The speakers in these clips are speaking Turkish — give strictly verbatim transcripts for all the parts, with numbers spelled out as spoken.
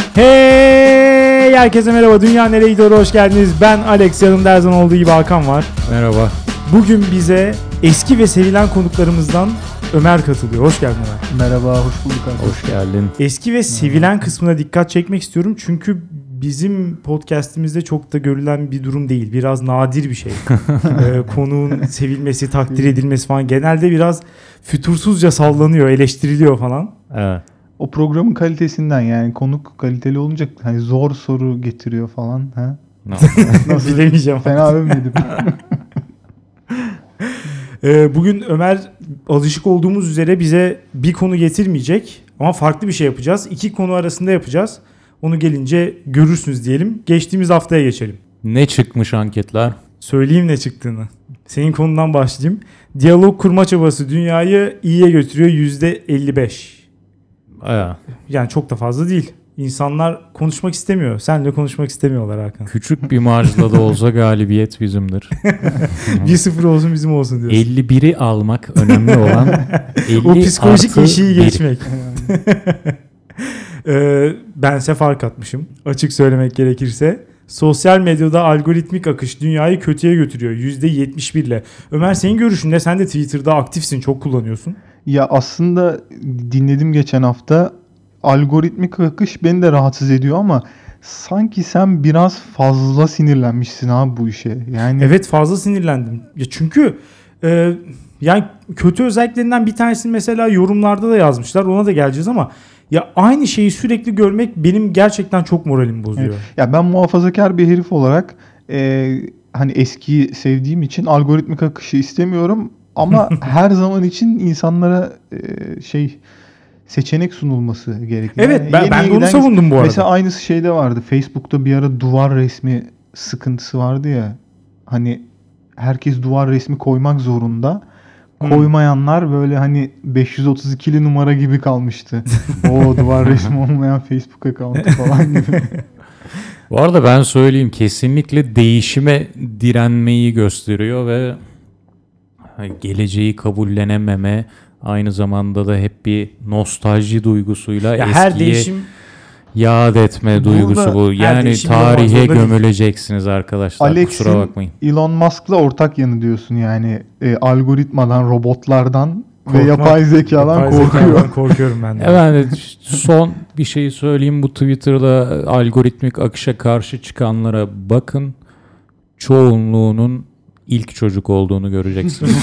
Hey herkese merhaba. Dünya nereye gidiyor? Hoş geldiniz. Ben Alex, yanımda her zaman olduğu gibi Hakan var. Merhaba. Bugün bize eski ve sevilen konuklarımızdan Ömer katılıyor. Hoş geldin Ömer. Merhaba, hoş bulduk arkadaşlar. Hoş geldin. Eski ve sevilen kısmına dikkat çekmek istiyorum. Çünkü bizim podcastimizde çok da görülen bir durum değil. Biraz nadir bir şey. ee, konuğun sevilmesi, takdir edilmesi falan. Genelde biraz fütursuzca sallanıyor, eleştiriliyor falan. Evet. O programın kalitesinden, yani konuk kaliteli olunca hani zor soru getiriyor falan. Ha? No. Nasıl bilemeyeceğim. Fena övmedim. Ee, bugün Ömer alışık olduğumuz üzere bize bir konu getirmeyecek. Ama farklı bir şey yapacağız. İki konu arasında yapacağız. Onu gelince görürsünüz diyelim. Geçtiğimiz haftaya geçelim. Ne çıkmış anketler? Söyleyeyim ne çıktığını. Senin konudan başlayayım. Diyalog kurma çabası dünyayı iyiye götürüyor yüzde elli beş. Evet. Yani çok da fazla değil. İnsanlar konuşmak istemiyor. Seninle konuşmak istemiyorlar Hakan. Küçük bir marjla da olsa galibiyet bizimdir. bir sıfır olsun bizim olsun diyorsun. elli biri almak önemli olan elli o psikolojik artı eşiği bir. geçmek. ee, bense fark atmışım. Açık söylemek gerekirse. Sosyal medyada algoritmik akış dünyayı kötüye götürüyor. yüzde yetmiş bir ile. Ömer, senin görüşün ne? Sen de Twitter'da aktifsin. Çok kullanıyorsun. Ya aslında dinledim geçen hafta. Algoritmik akış beni de rahatsız ediyor ama sanki sen biraz fazla sinirlenmişsin abi bu işe. Yani Evet, fazla sinirlendim. Ya çünkü e, yani kötü özelliklerinden bir tanesini mesela yorumlarda da yazmışlar. Ona da geleceğiz ama ya aynı şeyi sürekli görmek benim gerçekten çok moralimi bozuyor. Evet. Ya ben muhafazakar bir herif olarak e, hani eskiyi sevdiğim için algoritmik akışı istemiyorum ama her zaman için insanlara e, şey seçenek sunulması gerekiyor. Evet, Yani ben, yeni ben de onu giden- savundum bu arada. Mesela aynısı şeyde vardı. Facebook'ta bir ara duvar resmi sıkıntısı vardı ya. Hani herkes duvar resmi koymak zorunda. Koymayanlar böyle hani beş yüz otuz ikili numara gibi kalmıştı. O duvar resmi olmayan Facebook account'u falan gibi. Bu arada ben söyleyeyim, kesinlikle değişime direnmeyi gösteriyor ve geleceği kabullenememe, aynı zamanda da hep bir nostalji duygusuyla Ya eskiye her değişim yad etme Burada duygusu bu. her Yani değişim olmak tarihe zorunda değil. gömüleceksiniz arkadaşlar. Kusura Alex'in bakmayın. Elon Musk'la ortak yanı diyorsun yani. E, algoritmadan, robotlardan ve Korkmak- yapay zekadan yapay korkuyor. zekadan korkuyorum ben de. Evet, son bir şey söyleyeyim. Bu Twitter'da algoritmik akışa karşı çıkanlara bakın. Çoğunluğunun ilk çocuk olduğunu göreceksiniz.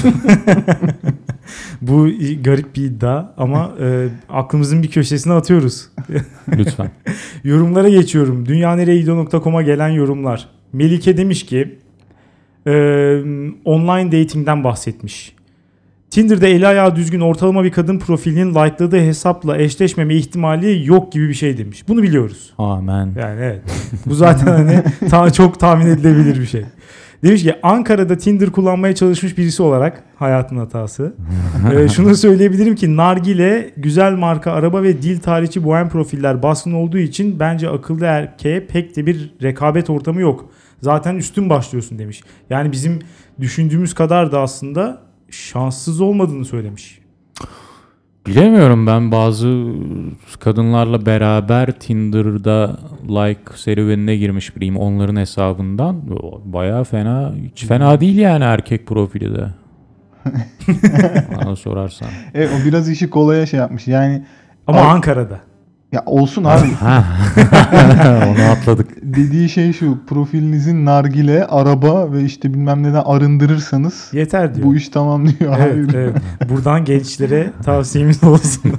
Bu garip bir iddia ama e, aklımızın bir köşesine atıyoruz. Lütfen. Yorumlara geçiyorum. dünyanereyegidiyor nokta com'a gelen yorumlar. Melike demiş ki e, online dating'den bahsetmiş. Tinder'da eli ayağı düzgün ortalama bir kadın profilinin likeladığı hesapla eşleşmeme ihtimali yok gibi bir şey demiş. Bunu biliyoruz. Amen. Yani evet. Bu zaten hani ta- çok tahmin edilebilir bir şey. Demiş ki Ankara'da Tinder kullanmaya çalışmış birisi olarak hayatın hatası. ee, şunu söyleyebilirim ki nargile, güzel marka araba ve dil tarihçi bohem profiller baskın olduğu için bence akıllı erkeğe pek de bir rekabet ortamı yok. Zaten üstün başlıyorsun demiş. Yani bizim düşündüğümüz kadar da aslında şanssız olmadığını söylemiş. Bilemiyorum, ben bazı kadınlarla beraber Tinder'da like serüvenine girmiş biriyim onların hesabından. Bayağı fena, hiç fena değil yani erkek profili de. Bana sorarsan. E, o biraz işi kolaya şey yapmış. Yani Ama Ay- Ankara'da. ya olsun abi. Ha. Onu atladık. Dediği şey şu: profilinizin nargile, araba ve işte bilmem neden arındırırsanız Yeter diyor. bu iş tamam diyor. Evet, Hayır. evet. Buradan gençlere tavsiyemiz olsun.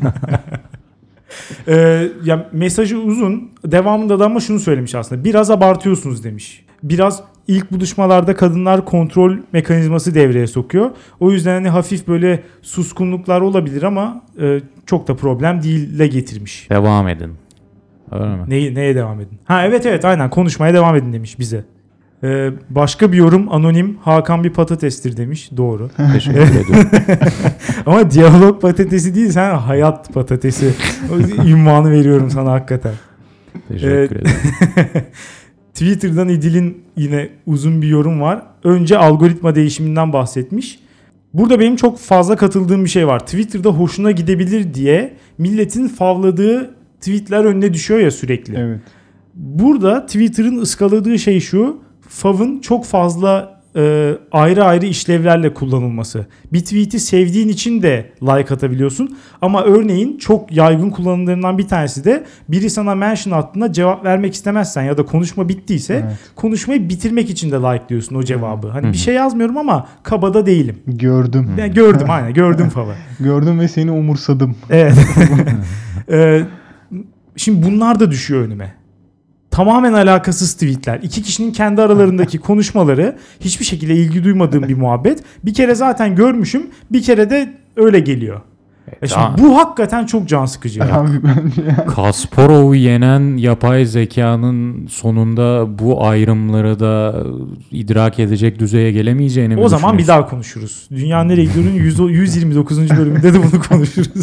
ee, ya mesajı uzun. Devamında da ama şunu söylemiş aslında. Biraz abartıyorsunuz demiş. Biraz ilk buluşmalarda kadınlar kontrol mekanizması devreye sokuyor. O yüzden hani hafif böyle suskunluklar olabilir ama e, çok da problem değille getirmiş. Devam edin. Öyle mi? Neye, neye devam edin? Ha evet evet aynen konuşmaya devam edin demiş bize. Ee, başka bir yorum anonim Hakan bir patatestir demiş. Doğru. Teşekkür ediyorum. Ama diyalog patatesi değil, sen hayat patatesi. O ünvanı veriyorum sana hakikaten. Teşekkür Evet. ederim. Twitter'dan İdil'in yine uzun bir yorum var. Önce algoritma değişiminden bahsetmiş. Burada benim çok fazla katıldığım bir şey var. Twitter'da hoşuna gidebilir diye milletin favladığı tweetler önüne düşüyor ya sürekli. Evet. Burada Twitter'ın ıskaladığı şey şu. Fav'ın çok fazla e, ayrı ayrı işlevlerle kullanılması. Bir tweet'i sevdiğin için de like atabiliyorsun. Ama örneğin çok yaygın kullanımlarından bir tanesi de biri sana mention attığında cevap vermek istemezsen ya da konuşma bittiyse Evet. konuşmayı bitirmek için de like diyorsun o cevabı. Hani Hı hı. bir şey yazmıyorum ama kabada değilim. Gördüm. Ben gördüm aynen gördüm Fav'ı. Gördüm ve seni umursadım. Evet. Ee, şimdi bunlar da düşüyor önüme. Tamamen alakasız tweetler. İki kişinin kendi aralarındaki konuşmaları, hiçbir şekilde ilgi duymadığım bir muhabbet. Bir kere zaten görmüşüm, bir kere de öyle geliyor. E şimdi Daha- bu hakikaten çok can sıkıcı. ya. Abi bence yani. Kasparov'u yenen yapay zekanın sonunda bu ayrımları da idrak edecek düzeye gelemeyeceğini mi O zaman bir düşünüyorsun? daha konuşuruz. Dünya nereye gidiyor'un yüz yüz yirmi dokuzuncu bölümünde de bunu konuşuruz.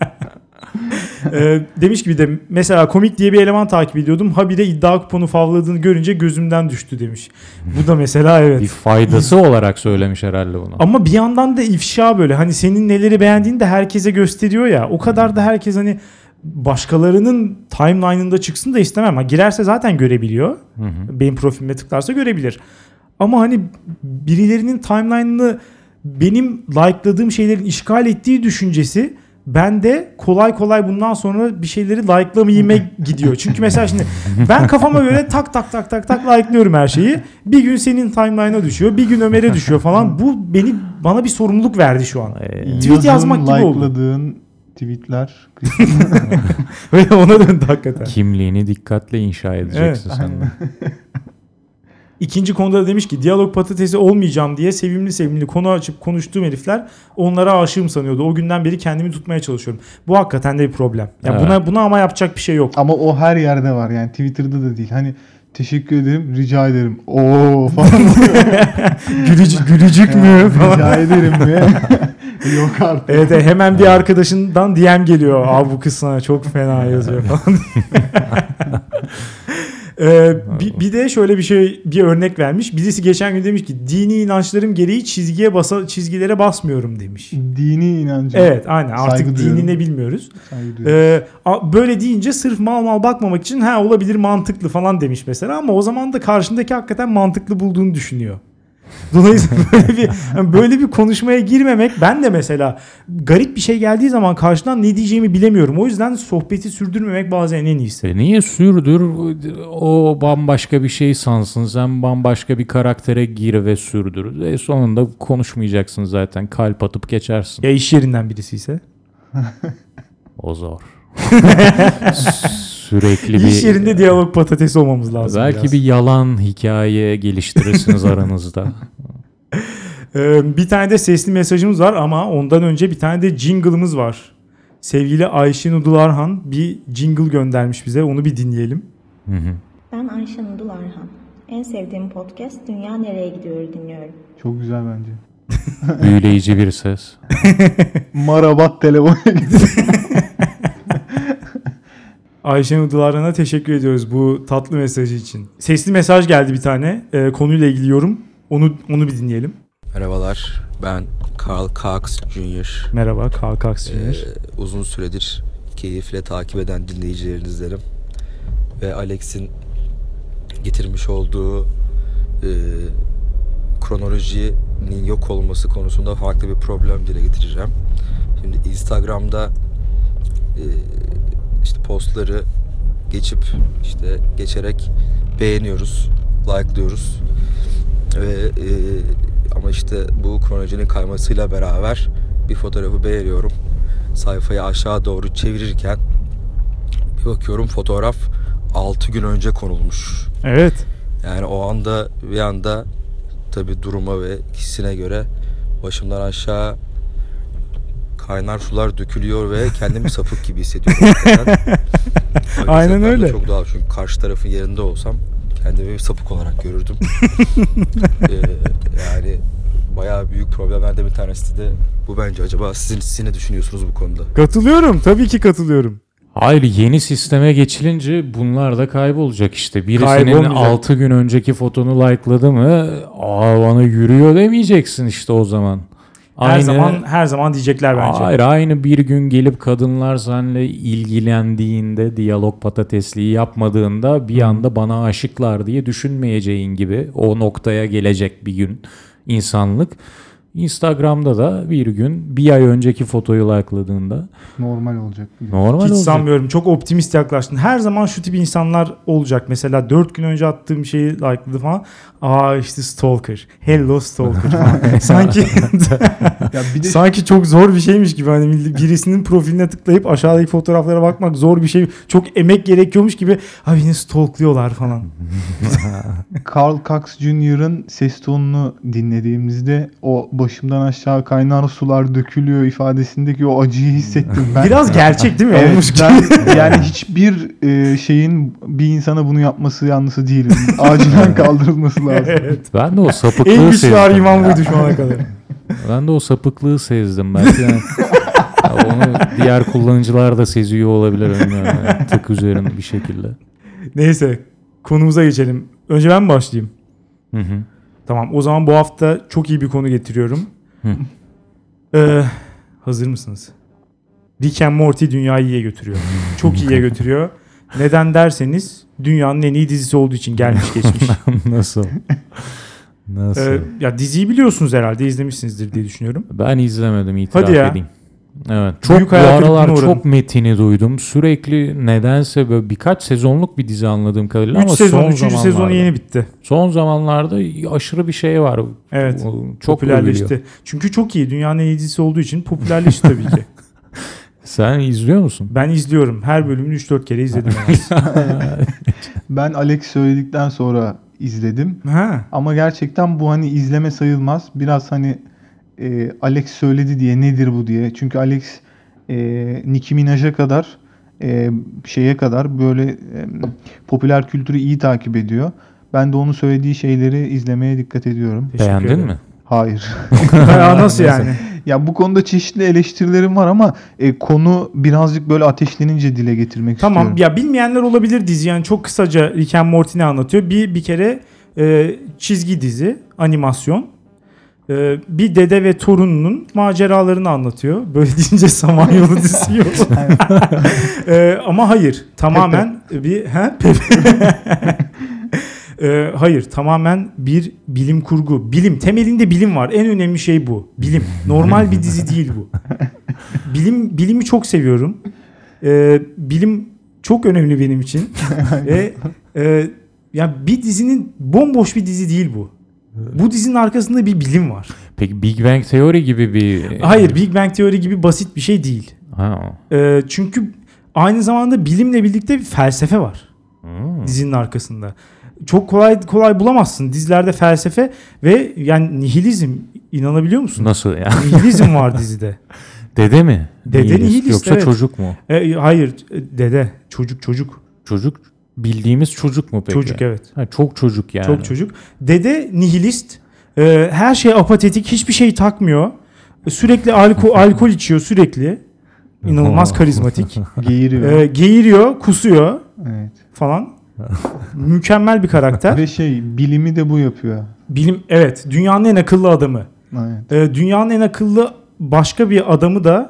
Ee, demiş gibi de mesela komik diye bir eleman takip ediyordum. Habire iddia kuponu favladığını görünce gözümden düştü demiş. Bu da mesela evet. Bir faydası olarak söylemiş herhalde bunu. Ama bir yandan da ifşa böyle. Hani senin neleri beğendiğini de herkese gösteriyor ya. O kadar da herkes hani başkalarının timeline'ında çıksın da istemem. Ha, girerse zaten görebiliyor. Hı hı. Benim profilime tıklarsa görebilir. Ama hani birilerinin timeline'ını benim like'ladığım şeylerin işgal ettiği düşüncesi bende kolay kolay bundan sonra bir şeyleri like'lamayıma gidiyor. Çünkü mesela şimdi ben kafama göre tak tak tak tak tak like'lıyorum her şeyi. Bir gün senin timeline'a düşüyor, bir gün Ömer'e düşüyor falan. Bu beni bana bir sorumluluk verdi şu an. Ee, Tweet yazmak gibi oldu. like'ladığın tweetler. Ve ona döndü hakikaten. Kimliğini dikkatle inşa edeceksin sen de. İkinci konuda da demiş ki diyalog patatesi olmayacağım diye sevimli sevimli konu açıp konuştuğum herifler onlara aşığım sanıyordu. O günden beri kendimi tutmaya çalışıyorum. Bu hakikaten de bir problem. Ya Evet. buna buna ama yapacak bir şey yok. Ama o her yerde var yani Twitter'da da değil. Hani teşekkür ederim, rica ederim. Oo falan. Gülücük, gülücük mü falan. Rica ederim mi? Yok artık. Evet evet, hemen bir arkadaşından D M geliyor. Abi bu kız sana çok fena yazıyor falan. Ee, bir, bir de şöyle bir şey bir örnek vermiş. Birisi geçen gün demiş ki dini inançlarım gereği çizgiye basa, çizgilere basmıyorum demiş. Dini inancı. Evet aynen artık Saygı dini duyuyorum. ne bilmiyoruz. Saygı duyuyorum. Ee, a- böyle deyince sırf mal mal bakmamak için ha olabilir mantıklı falan demiş mesela ama o zaman da karşındaki hakikaten mantıklı bulduğunu düşünüyor. Dolayısıyla böyle bir yani böyle bir konuşmaya girmemek ben de mesela garip bir şey geldiği zaman karşıdan ne diyeceğimi bilemiyorum. O yüzden sohbeti sürdürmemek bazen en iyisi. E niye sürdür? O bambaşka bir şey sansın. Sen bambaşka bir karaktere gir ve sürdür. E sonunda konuşmayacaksın zaten. Kalp atıp geçersin. Ya iş yerinden birisi ise. O zor. Sürekli bir... İş yerinde diyalog patatesi olmamız lazım. Belki biraz. bir yalan hikaye geliştirirsiniz aranızda. Ee, bir tane de sesli mesajımız var ama ondan önce bir tane de jingle'ımız var. Sevgili Ayşe Nudul Arhan bir jingle göndermiş bize. Onu bir dinleyelim. Hı hı. Ben Ayşe Nudul Arhan. En sevdiğim podcast Dünya Nereye Gidiyor dinliyorum. Çok güzel bence. Büyüleyici bir ses. Marabat telefon. Ayşe Nudul Arhan'a teşekkür ediyoruz bu tatlı mesajı için. Sesli mesaj geldi bir tane. Ee, konuyla ilgili yorum. Onu onu bir dinleyelim. Merhabalar, ben Carl Cox Junior Merhaba, Carl Cox Ee, Junior uzun süredir keyifle takip eden dinleyicilerinizdenim. Ve Alex'in getirmiş olduğu e, kronolojinin yok olması konusunda farklı bir problem dile getireceğim. Şimdi Instagram'da e, işte postları geçip işte geçerek beğeniyoruz, like'lıyoruz ve e, ama işte bu kronolojinin kaymasıyla beraber bir fotoğrafı beğeniyorum. Sayfayı aşağı doğru çevirirken bir bakıyorum fotoğraf altı gün önce konulmuş. Evet. Yani o anda bir anda tabii duruma ve kişisine göre başımdan aşağı kaynar sular dökülüyor ve kendimi sapık gibi hissediyorum. Aynen öyle. Çok doğal çünkü karşı tarafın yerinde olsam kendimi bir sapık olarak görürdüm. ee, yani bayağı büyük problemlerden bir tanesi de bu bence. Acaba sizin, siz ne düşünüyorsunuz bu konuda? Katılıyorum. Tabii ki katılıyorum. Hayır, yeni sisteme geçilince bunlar da kaybolacak işte. Biri senin Kaybolmayacak. altı gün önceki fotonu like'ladı mı, aa bana yürüyor demeyeceksin işte o zaman. Her Aynı- zaman her zaman diyecekler bence. Hayır, aynı bir gün gelip kadınlar seninle ilgilendiğinde, diyalog patatesliği yapmadığında bir anda bana aşıklar diye düşünmeyeceğin gibi o noktaya gelecek bir gün insanlık. Instagram'da da bir gün bir ay önceki fotoyu like'ladığında Normal olacak. normal Hiç olacak. sanmıyorum. Çok optimist yaklaştın. Her zaman şu tip insanlar olacak. Mesela dört gün önce attığım şeyi like'ladı falan. Aa işte stalker. Hello stalker falan. Sanki Ya bir de sanki çok zor bir şeymiş gibi. Hani birisinin profiline tıklayıp aşağıdaki fotoğraflara bakmak zor bir şey. Çok emek gerekiyormuş gibi. Abi beni stalkluyorlar falan. Carl Cox Junior'ın ses tonunu dinlediğimizde o başımdan aşağı kaynar sular dökülüyor ifadesindeki o acıyı hissettim ben. Biraz gerçek değil mi? Evet, Olmuş gibi. ben yani hiçbir e, şeyin bir insana bunu yapması yanlısı değilim. Acilen kaldırılması lazım. Evet. Ben de o En sapıklığı güçlü sezdim. argüman buydu şu ana kadar. Ben de o sapıklığı sezdim. Belki yani, ya onu diğer kullanıcılar da seziyor olabilir. Bilmiyorum yani, tık üzerine bir şekilde. Neyse konumuza geçelim. Önce ben mi başlayayım? Hı hı. Tamam, o zaman bu hafta çok iyi bir konu getiriyorum. Hı. Ee, hazır mısınız? Rick and Morty dünyayı iyiye götürüyor. Çok iyiye götürüyor. Neden derseniz dünyanın en iyi dizisi olduğu için gelmiş geçmiş. Nasıl? Nasıl? Ee, ya diziyi biliyorsunuz herhalde, izlemişsinizdir diye düşünüyorum. Ben izlemedim, itiraf Hadi ya. edeyim. Evet. Çok Büyük bu hayal aralar kırıklığına çok metini duydum. Sürekli nedense böyle birkaç sezonluk bir dizi anladığım kadarıyla üç ama sezon, son üçüncü zamanlarda, sezonu yeni bitti. son zamanlarda aşırı bir şey var. Evet. O çok Popülerleşti. övülüyor. Çünkü çok iyi. Dünyanın en iyi dizisi olduğu için popülerleşti tabii ki. Sen izliyor musun? Ben izliyorum. Her bölümünü üç dört kere izledim. Ben Alex söyledikten sonra izledim. ha. Ama gerçekten bu hani izleme sayılmaz. Biraz hani e, Alex söyledi diye nedir bu diye. Çünkü Alex e, Nicki Minaj'a kadar e, şeye kadar böyle e, popüler kültürü iyi takip ediyor. Ben de onun söylediği şeyleri izlemeye dikkat ediyorum. Teşekkür Beğendin ederim. mi? Hayır. Ya nasıl yani? Ya bu konuda çeşitli eleştirilerim var ama e, konu birazcık böyle ateşlenince dile getirmek Tamam, istiyorum. ya bilmeyenler olabilir dizi. Yani çok kısaca Rick and Morty ne anlatıyor? Bir bir kere e, çizgi dizi, animasyon. E, bir dede ve torununun maceralarını anlatıyor. Böyle deyince Samanyolu dizisi yok. E, ama hayır, tamamen bir he? E, hayır, tamamen bir bilim kurgu. Bilim, temelinde bilim var. En önemli şey bu. Bilim. Normal bir dizi değil bu. Bilim bilimi çok seviyorum. E, bilim çok önemli benim için. Ve e, ya bir dizinin bomboş bir dizi değil bu. Bu dizinin arkasında bir bilim var. Peki Big Bang Theory gibi bir... Hayır, Big Bang Theory gibi basit bir şey değil. Ha. E, çünkü aynı zamanda bilimle birlikte bir felsefe var Hmm. dizinin arkasında. Çok kolay kolay bulamazsın dizilerde felsefe ve yani nihilizm, inanabiliyor musun? Nasıl ya? Nihilizm var dizide. Dede mi? Dede Nihilist. nihilist, Yoksa evet. çocuk mu? E, hayır, dede, çocuk çocuk. Çocuk bildiğimiz çocuk mu peki? Çocuk, evet. Ha, çok çocuk yani. Çok çocuk. Dede nihilist. E, her şey apatetik, hiçbir şey takmıyor. Sürekli alkol alkol içiyor sürekli. İnanılmaz karizmatik. Geğiriyor. E, geğiriyor, kusuyor Evet. falan. Mükemmel bir karakter. Ve şey bilimi de bu yapıyor. Bilim, evet, dünyanın en akıllı adamı. Evet. E, dünyanın en akıllı başka bir adamı da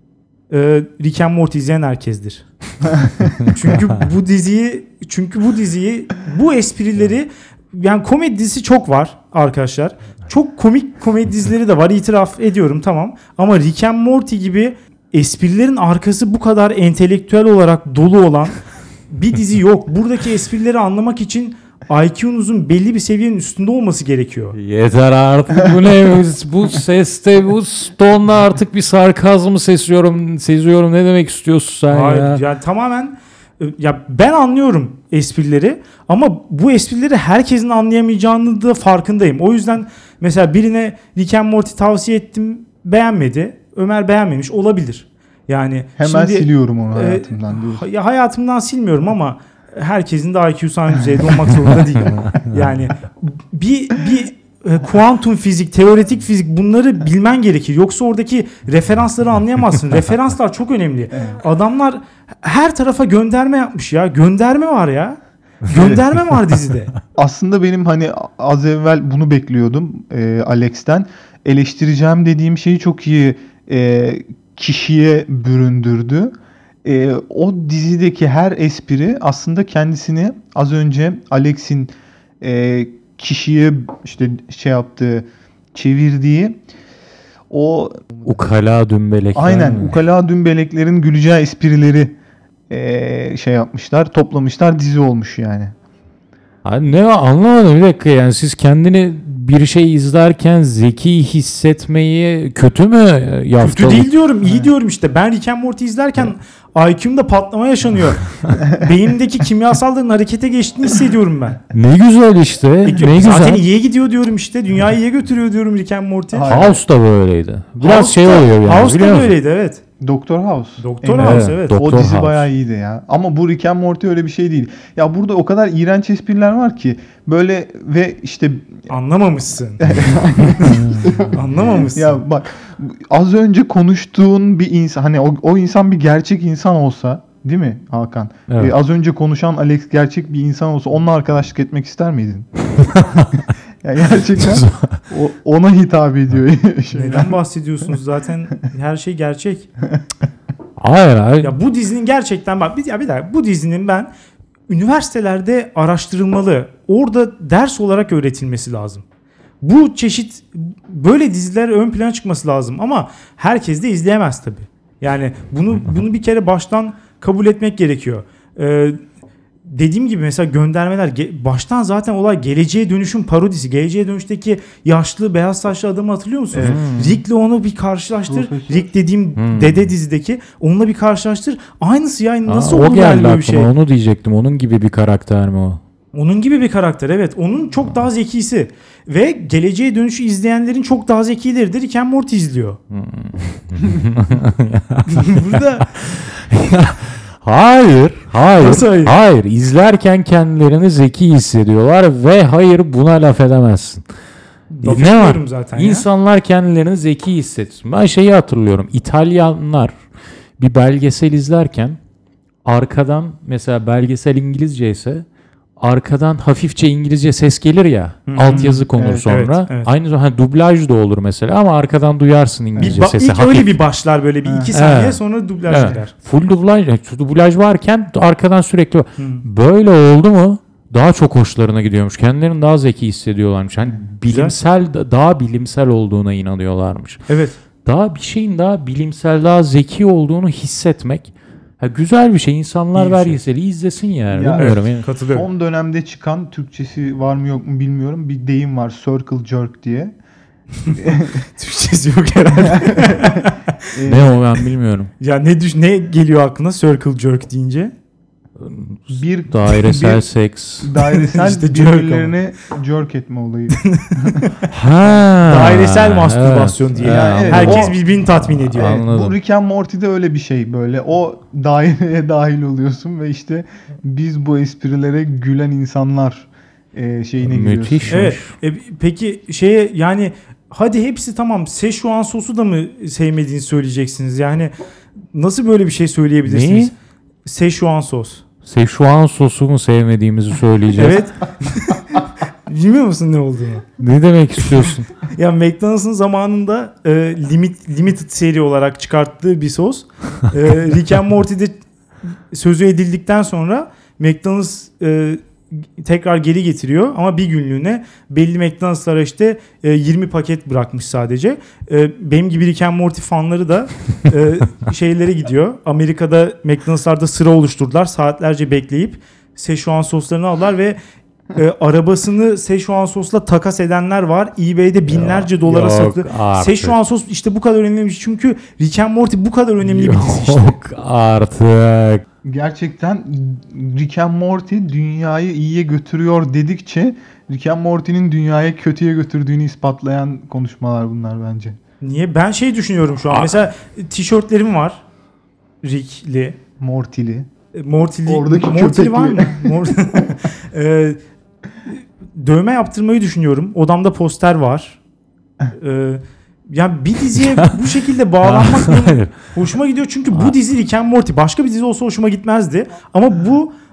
e, Rick and Morty izleyen herkestir. Çünkü bu diziyi çünkü bu diziyi bu esprileri, yani komedi dizisi çok var arkadaşlar. Çok komik komedi dizileri de var, itiraf ediyorum, tamam. Ama Rick and Morty gibi esprilerin arkası bu kadar entelektüel olarak dolu olan bir dizi yok. Buradaki esprileri anlamak için I Q'nuzun belli bir seviyenin üstünde olması gerekiyor. Yeter artık, bu ne? Bu seste, bu tonla artık bir sarkazmı seziyorum. Seziyorum. Ne demek istiyorsun sen Hayır, ya? yani tamamen, ya ben anlıyorum esprileri ama bu esprileri herkesin anlayamayacağını da farkındayım. O yüzden mesela birine Rick and Morty tavsiye ettim, beğenmedi. Ömer beğenmemiş olabilir. Yani Hemen şimdi, siliyorum onu e, hayatımdan diyorsun. Ya hayatımdan silmiyorum ama herkesin de I Q'su aynı düzeyde olmak zorunda değil. Yani bir bir e, kuantum fizik, teoretik fizik, bunları bilmen gerekir. Yoksa oradaki referansları anlayamazsın. Referanslar çok önemli. Adamlar her tarafa gönderme yapmış ya. Gönderme var ya. Gönderme var dizide. Aslında benim hani az evvel bunu bekliyordum e, Alex'ten. eleştireceğim dediğim şeyi çok iyi e, kişiye büründürdü. E, o dizideki her espri aslında kendisini az önce Alex'in e, kişiye işte şey yaptığı, çevirdiği o Ukala dümbelekler aynen mi? ukala dümbeleklerin güleceği esprileri e, şey yapmışlar, toplamışlar, dizi olmuş yani. Abi ne anlamadım bir dakika, yani siz kendini bir şey izlerken zeki hissetmeyi kötü mü yaptınız? Kötü değil diyorum, iyi diyorum işte. Ben Rick and Morty izlerken I Q'mda patlama yaşanıyor. Beyindeki kimyasalların harekete geçtiğini hissediyorum ben. Ne güzel işte. E, ne zaten güzel. iyiye gidiyor diyorum işte. Dünyayı iyiye götürüyor diyorum Rick and Morty. Hayır. House da böyleydi. Biraz House şey da- oluyor yani. House da biliyor musun? böyleydi, evet. Doktor House. Doktor Emin- House, evet. Doktor O dizi House. bayağı iyiydi ya. Ama bu Rick and Morty öyle bir şey değil. Ya burada o kadar iğrenç espriler var ki böyle ve işte Anlamamışsın. Anlamamışsın. ya bak az önce konuştuğun bir insan hani o, o insan bir gerçek insan olsa değil mi Hakan? Evet. Ee, az önce konuşan Alex gerçek bir insan olsa onunla arkadaşlık etmek ister miydin? Ya gerçekten o, ona hitap ediyor. şeyler. Neden bahsediyorsunuz? Zaten her şey gerçek. Hayır hayır. Ya bu dizinin gerçekten bak bir, ya bir dakika, bu dizinin ben üniversitelerde araştırılmalı. Orada ders olarak öğretilmesi lazım. Bu çeşit böyle diziler ön plana çıkması lazım ama herkes de izleyemez tabii. Yani bunu bunu bir kere baştan kabul etmek gerekiyor. Ee, dediğim gibi mesela göndermeler ge- baştan zaten olay Geleceğe Dönüş'ün parodisi. Geleceğe Dönüş'teki yaşlı beyaz saçlı adamı hatırlıyor musunuz? Evet. Rick'le onu bir karşılaştır. Profesör. Rick dediğim Hmm. dede dizideki onunla bir karşılaştır. Aynısı ya, nasıl Aa, olur o yani geldi böyle aklıma, bir şey? onu diyecektim. Onun gibi bir karakter mi o? Onun gibi bir karakter, evet. Onun çok daha zekisi. Ve Geleceğe Dönüş'ü izleyenlerin çok daha zekileridir. Rick and Morty izliyor. Burada Hayır, hayır, Nasıl hayır? hayır. İzlerken kendilerini zeki hissediyorlar ve hayır, buna laf edemezsin. laf ne var? ediyorum zaten ya. İnsanlar kendilerini zeki hissetsin. Ben şeyi hatırlıyorum. İtalyanlar bir belgesel izlerken arkadan, mesela belgesel İngilizce ise arkadan hafifçe İngilizce ses gelir ya. Hı hı. Altyazı konur Evet, sonra. evet, evet. Aynı zamanda hani dublaj da olur mesela ama arkadan duyarsın bir İngilizce ba- sesi. ilk hafif. öyle bir başlar böyle bir iki Evet. saniye Evet. sonra dublaj Evet. gider. Full dublaj, dublaj varken arkadan sürekli Hı. böyle oldu mu daha çok hoşlarına gidiyormuş. Kendilerini daha zeki hissediyorlarmış. Hani bilimsel, daha bilimsel olduğuna inanıyorlarmış. Evet. Daha bir şeyin daha bilimsel, daha zeki olduğunu hissetmek ha, güzel bir şey. İnsanlar İyi bir şey. belgeseli izlesin yani. Ya, Bilmiyorum. yani. Katılıyorum. Son dönemde çıkan Türkçesi var mı yok mu bilmiyorum. Bir deyim var, circle jerk diye. Türkçesi yok herhalde. Ee, Ne o, ben bilmiyorum. Ya ne düş ne geliyor aklına circle jerk deyince? bir Dairesel bir seks. dairesel İşte jerk ama. birbirlerine jerk etme olayı. Ha. Dairesel mastürbasyon evet. diye. Yani Ha, evet, Herkes o- birbirini tatmin ediyor. Anladım. Evet, bu Rick and Morty'de öyle bir şey böyle. O daireye dahil oluyorsun ve işte biz bu esprilere gülen insanlar e, şeyine Müthiş. giriyorsun. Evet. E, peki şeye yani hadi hepsi tamam. Szechuan sosu da mı sevmediğini söyleyeceksiniz? Yani nasıl böyle bir şey söyleyebilirsiniz? Neyi? Szechuan sos. Szechuan sosunu sevmediğimizi söyleyeceğiz. Evet. Bilmiyor musun ne olduğunu? Ne demek istiyorsun? Ya McDonald's'ın zamanında e, limit limited seri olarak çıkarttığı bir sos. E, Rick and Morty'de sözü edildikten sonra McDonald's e, tekrar geri getiriyor ama bir günlüğüne belli McDonald's'lara işte e, yirmi paket bırakmış sadece. E, benim gibi Rick and Morty fanları da e, şeylere gidiyor. Amerika'da McDonald's'larda sıra oluşturdular. Saatlerce bekleyip Szechuan soslarını aldılar ve e, arabasını Szechuan sosla takas edenler var. eBay'de binlerce dolara yok satılıyor. artık. Szechuan sos işte bu kadar önemli çünkü Rick and Morty bu kadar önemli bir dizi işte. Yok artık. Gerçekten Rick and Morty dünyayı iyiye götürüyor dedikçe Rick and Morty'nin dünyayı kötüye götürdüğünü ispatlayan konuşmalar bunlar bence. Niye? Ben şey düşünüyorum şu an. Aa. Mesela tişörtlerim var. Rick'li. Morty'li. E, Morty'li. Oradaki Morty'li var mı? köpekli. Mor- E, dövme yaptırmayı düşünüyorum. Odamda poster var. E, ya bir diziye bu şekilde bağlanmak benim hoşuma gidiyor. Çünkü bu dizi Rick and Morty. Başka bir dizi olsa hoşuma gitmezdi. Ama bu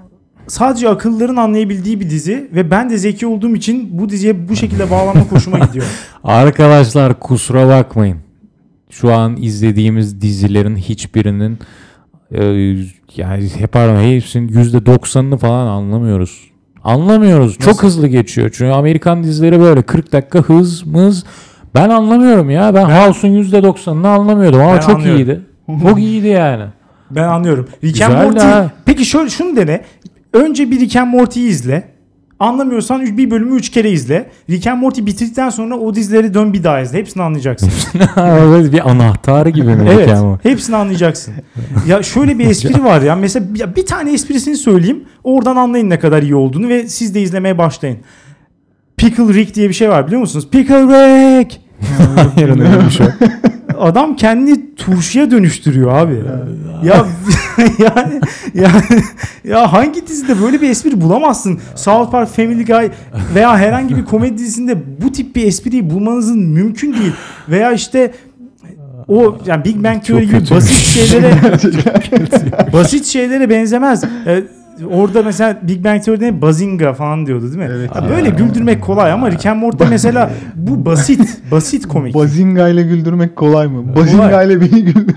sadece akıllıların anlayabildiği bir dizi ve ben de zeki olduğum için bu diziye bu şekilde bağlanmak hoşuma gidiyor. Arkadaşlar kusura bakmayın. Şu an izlediğimiz dizilerin hiçbirinin e, yani pardon hepsinin yüzde doksanını falan anlamıyoruz. Anlamıyoruz. Nasıl? Çok hızlı geçiyor. Çünkü Amerikan dizileri böyle kırk dakika hız mız. Ben anlamıyorum ya. Ben, ben House'un yüzde doksanını anlamıyordum ama Ben çok anlıyorum. iyiydi. Çok iyiydi yani. Ben anlıyorum. Rick and Güzel Morty. ha. Peki şöyle şunu dene. Önce bir Rick and Morty'yi izle. Anlamıyorsan bir bölümü üç kere izle. Rick and Morty bitirdikten sonra o dizileri dön bir daha izle. Hepsini anlayacaksın. Böyle bir anahtar gibi mi? Evet. Yani? Hepsini anlayacaksın. Ya şöyle bir espri var ya. Mesela bir, bir tane esprisini söyleyeyim. Oradan anlayın ne kadar iyi olduğunu ve siz de izlemeye başlayın. Pickle Rick diye bir şey var biliyor musunuz? Pickle Rick! Hayır, öyle bir şey. Adam kendini turşuya dönüştürüyor abi. ya yani yani ya hangi dizide böyle bir espri bulamazsın? South Park, Family Guy veya herhangi bir komedi dizisinde bu tip bir espriyi bulmanızın mümkün değil. Veya işte o yani Big Bang Theory gibi basit şeylere basit şeylere benzemez. Ee, orada mesela Big Bang Theory'de Bazinga falan diyordu değil mi? Evet. Ha, böyle güldürmek kolay ama Rick and Morty mesela bu basit, basit komik. Bazinga ile güldürmek kolay mı? Bazinga ile beni güldür.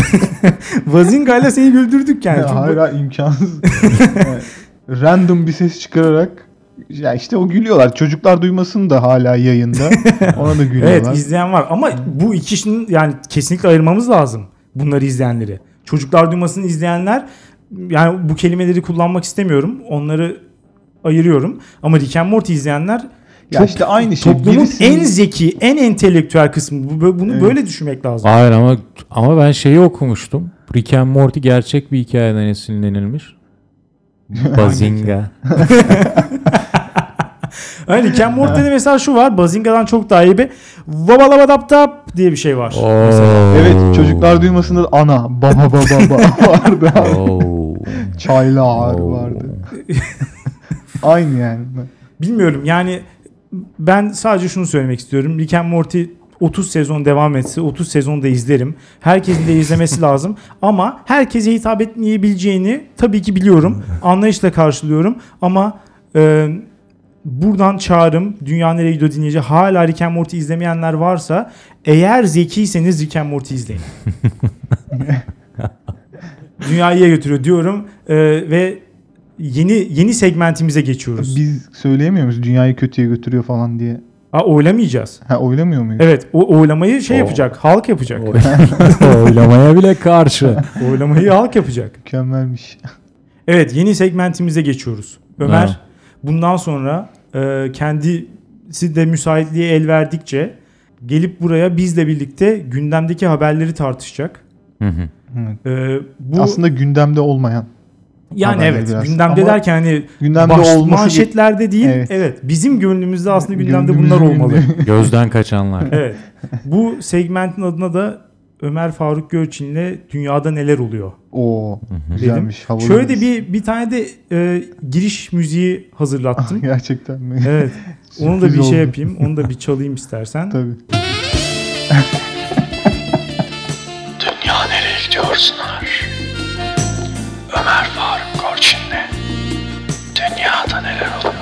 Bazinga ile seni güldürdük yani. Ya Çok hayır, hayır, imkansız. Yani random bir ses çıkararak ya işte o gülüyorlar. Çocuklar duymasın da hala yayında. Ona da gülüyorlar. Evet, izleyen var ama bu iki kişinin yani kesinlikle ayırmamız lazım bunları izleyenleri. Çocuklar duymasını izleyenler, yani bu kelimeleri kullanmak istemiyorum. Onları ayırıyorum. Ama Rick and Morty izleyenler Ya işte aynı şey. toplumun Birisinin- en zeki, en entelektüel kısmı. Bu- Bunu Evet. böyle düşünmek lazım. Hayır ama ama ben şeyi okumuştum. Rick and Morty gerçek bir hikayeden esinlenilmiş. Bazinga. Yani Rick and Morty'de mesela şu var. Bazinga'dan çok daha iyi bir vabalabadaptap diye bir şey var. Oo. Evet, çocuklar duymasında da ana, baba baba baba vardı. Oo. Çaylı ağır Oo. vardı. Aynı yani. Bilmiyorum yani ben sadece şunu söylemek istiyorum. Rick and Morty otuz sezon devam etse otuz sezon da izlerim. Herkesin de izlemesi lazım. Ama herkese hitap etmeyebileceğini tabii ki biliyorum. Anlayışla karşılıyorum. Ama e, buradan çağrım Dünya Nereye Gidiyor dinleyici hala Rick and Morty izlemeyenler varsa eğer zekiyseniz Rick and Morty izleyin. Dünyayı iyiye götürüyor diyorum e, ve yeni yeni segmentimize geçiyoruz. Biz söyleyemiyor muyuz dünyayı kötüye götürüyor falan diye? Ha, oylamayacağız. Ha, oylamıyor muyuz? Evet, o oylamayı şey O- yapacak, halk yapacak. Oylamaya bile karşı. Oylamayı halk yapacak. Mükemmelmiş. Evet, yeni segmentimize geçiyoruz. Ömer Ha. bundan sonra e, kendisi de müsaitliğe el verdikçe gelip buraya bizle birlikte gündemdeki haberleri tartışacak. Hı hı. Evet. E, bu Aslında gündemde olmayan. yani haberleri evet, biraz. gündemde Ama derken hani gündemde baş, olması manşetlerde değil. Evet. Evet. bizim gönlümüzde aslında gündemde Gündüzün bunlar olmalı. gündemi. Gözden kaçanlar. Evet. Bu segmentin adına da Ömer Faruk Gölçin'le dünyada neler oluyor Oo, dedim. güzelmiş. havalı Şöyle de bir- bir bir tane de e, giriş müziği hazırlattım. Gerçekten mi? Evet. Onu da bir Sürpriz şey oldu. yapayım. Onu da bir çalayım istersen. Tabii. Dünya nereye gidiyorsunuz? Ömer Faruk Korçin'le Dünyada neler oluyor?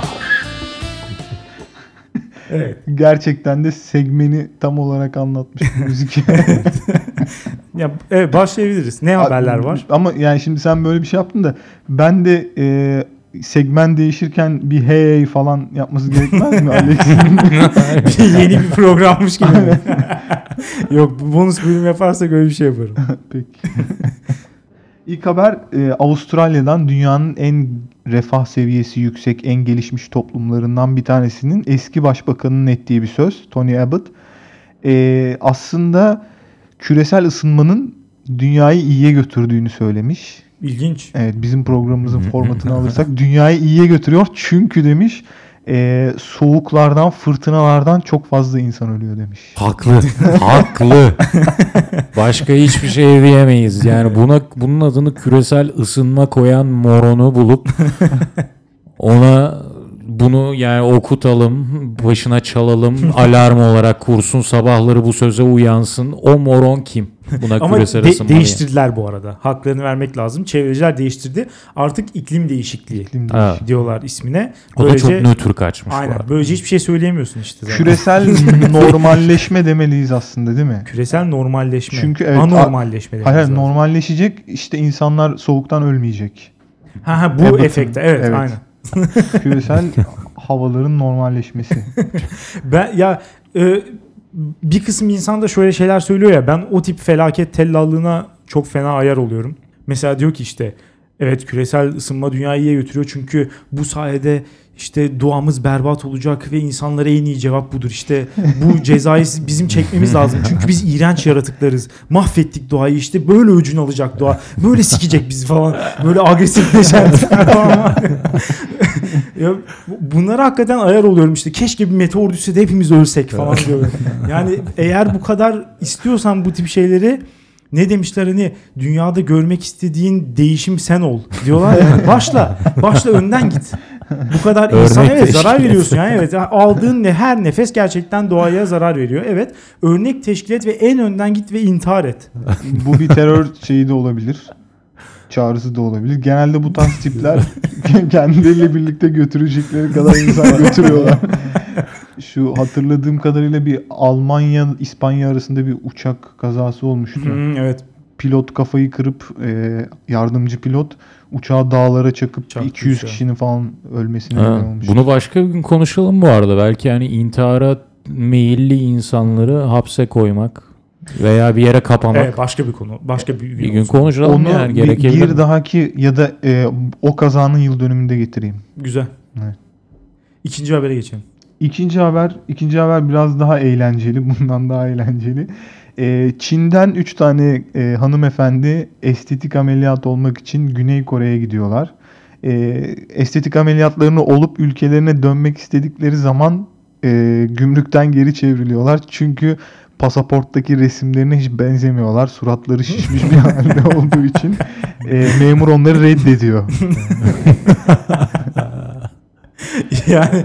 Evet. Gerçekten de segmeni tam olarak anlatmış bu müzik. Ya evet, başlayabiliriz. Ne haberler var? Ama yani şimdi sen böyle bir şey yaptın da ben de e, segment değişirken bir hey falan yapması gerekmez mi Alex'in? Yeni bir programmış gibi. Yok, bu bonus bölüm yaparsak öyle bir şey yaparım. Peki. İlk haber e, Avustralya'dan, dünyanın en refah seviyesi yüksek, en gelişmiş toplumlarından bir tanesinin eski başbakanının ettiği bir söz. Tony Abbott. E, aslında küresel ısınmanın dünyayı iyiye götürdüğünü söylemiş. İlginç. Evet, bizim programımızın formatını alırsak dünyayı iyiye götürüyor çünkü demiş e, soğuklardan, fırtınalardan çok fazla insan ölüyor demiş. Haklı. Haklı. Başka hiçbir şey diyemeyiz. Yani buna bunun adını küresel ısınma koyan moronu bulup ona bunu yani okutalım, başına çalalım, alarm olarak kursun, sabahları bu söze uyansın. O moron kim? Buna Ama küresel de- ısınma değiştirdiler bu arada. Haklarını vermek lazım. Çevreciler değiştirdi. Artık iklim değişikliği İklim Ha. değişikliği. diyorlar ismine. O da Böylece- çok nötr kaçmış bu Aynen. arada. Böylece hiçbir şey söyleyemiyorsun işte zaten. Küresel normalleşme demeliyiz aslında, değil mi? Küresel normalleşme. Çünkü evet, anormalleşme. Hayır, dememiz lazım. normalleşecek, işte insanlar soğuktan ölmeyecek. Ha, ha, bu Everton. efekte. Evet, Evet. aynen. Küresel havaların normalleşmesi. Ben ya e, bir kısım insan da şöyle şeyler söylüyor ya, ben o tip felaket tellallığına çok fena ayar oluyorum. Mesela diyor ki işte evet küresel ısınma dünyayı iyiye götürüyor çünkü bu sayede işte doğamız berbat olacak ve insanlara en iyi cevap budur. İşte bu cezayı bizim çekmemiz lazım. Çünkü biz iğrenç yaratıklarız. Mahvettik doğayı, işte böyle öcünü alacak doğa. Böyle sikecek bizi falan. Böyle agresifleşen falan. Ya bunlara hakikaten ayar oluyorum işte. Keşke bir meteor düşse de hepimiz ölsek falan diyorum. Yani eğer bu kadar istiyorsan bu tip şeyleri, ne demişler hani, dünyada görmek istediğin değişim sen ol diyorlar ya. Başla. Başla, önden git. Bu kadar Örnek insan evet teşkil zarar et. veriyorsun yani, evet. Aldığın ne her nefes gerçekten doğaya zarar veriyor. Evet. Örnek teşkil et ve en önden git ve intihar et. Bu bir terör şeyi de olabilir. Çağrısı da olabilir. Genelde bu tarz tipler kendileriyle birlikte götürecekleri kadar insan götürüyorlar. Şu hatırladığım kadarıyla bir Almanya İspanya arasında bir uçak kazası olmuştu. Hmm, evet. Pilot kafayı kırıp e, yardımcı pilot uçağı dağlara çakıp Çaktı iki yüz uçağı. kişinin falan ölmesine Ha, neden olmuş. bunu başka bir gün konuşalım bu arada. Belki yani intihara meyilli insanları hapse koymak veya bir yere kapamak. Evet, başka bir konu. Başka bir gün, Bir gün olsun. konuşalım Onu yani, bir, gerekebilir. bir dahaki ya da e, o kazanın yıl dönümünde getireyim. Güzel. Evet. İkinci habere geçelim. İkinci haber, ikinci haber biraz daha eğlenceli, bundan daha eğlenceli. Ee, Çin'den üç tane e, hanımefendi estetik ameliyat olmak için Güney Kore'ye gidiyorlar. Ee, estetik ameliyatlarını olup ülkelerine dönmek istedikleri zaman e, gümrükten geri çevriliyorlar. Çünkü pasaporttaki resimlerine hiç benzemiyorlar. Suratları şişmiş bir halde olduğu için e, memur onları reddediyor. Yani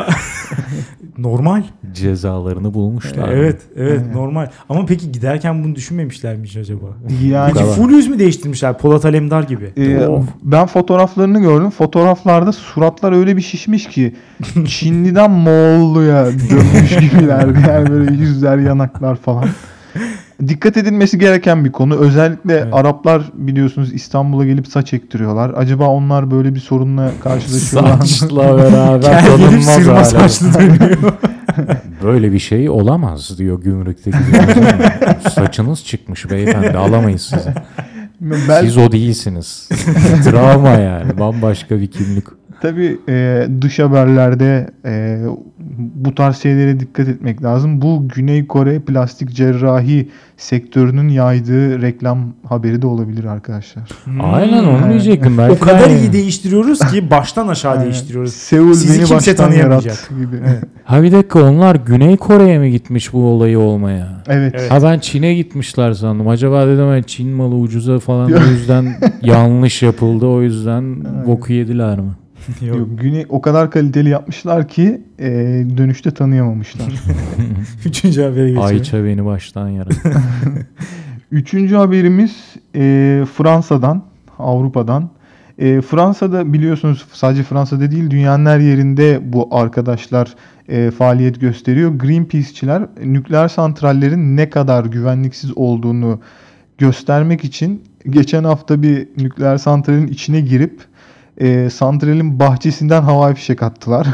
normal. Cezalarını bulmuşlar. Evet, evet Aynen. normal. Ama peki giderken bunu düşünmemişler mi hiç acaba? Yani Peki kadar. full yüz mü değiştirmişler? Polat Alemdar gibi. Ee, Of. ben fotoğraflarını gördüm. Fotoğraflarda suratlar öyle bir şişmiş ki Çinliden Moğollu'ya dönmüş gibilerdi. Yani böyle yüzler, yanaklar falan. Dikkat edilmesi gereken bir konu. Özellikle Evet. Araplar biliyorsunuz İstanbul'a gelip saç ektiriyorlar. Acaba onlar böyle bir sorunla karşılaşıyorlar mı? Saçla beraber Gel gelip tanınmaz sırma hale. saçlı dönüyor. Böyle bir şey olamaz diyor gümrükteki. Saçınız çıkmış beyefendi, alamayız sizi. Ben, Siz o değilsiniz. Travma yani, bambaşka bir kimlik. Tabii e, dış haberlerde e, bu tarz şeylere dikkat etmek lazım. Bu Güney Kore plastik cerrahi sektörünün yaydığı reklam haberi de olabilir arkadaşlar. Aynen onu Evet. diyecektim. O Belki kadar de- iyi değiştiriyoruz ki baştan aşağı Aynen. değiştiriyoruz. Seul Sizi beni kimse baştan tanıyamayacak. yarat gibi. Evet. Ha bir dakika, onlar Güney Kore'ye mi gitmiş bu olayı olmaya? Evet. Evet. Ha ben Çin'e gitmişler sandım. Acaba dedim hani Çin malı ucuza falan, o yüzden yanlış yapıldı, o yüzden boku yediler mi? Yok. Yok, Güney o kadar kaliteli yapmışlar ki e, dönüşte tanıyamamışlar. Üçüncü habere geçelim. Ayça beni baştan yarattı. Üçüncü haberimiz e, Fransa'dan, Avrupa'dan. E, Fransa'da biliyorsunuz sadece Fransa'da değil dünyanın her yerinde bu arkadaşlar e, faaliyet gösteriyor. Greenpeace'çiler nükleer santrallerin ne kadar güvenliksiz olduğunu göstermek için geçen hafta bir nükleer santralin içine girip e, santralin bahçesinden havai fişek attılar.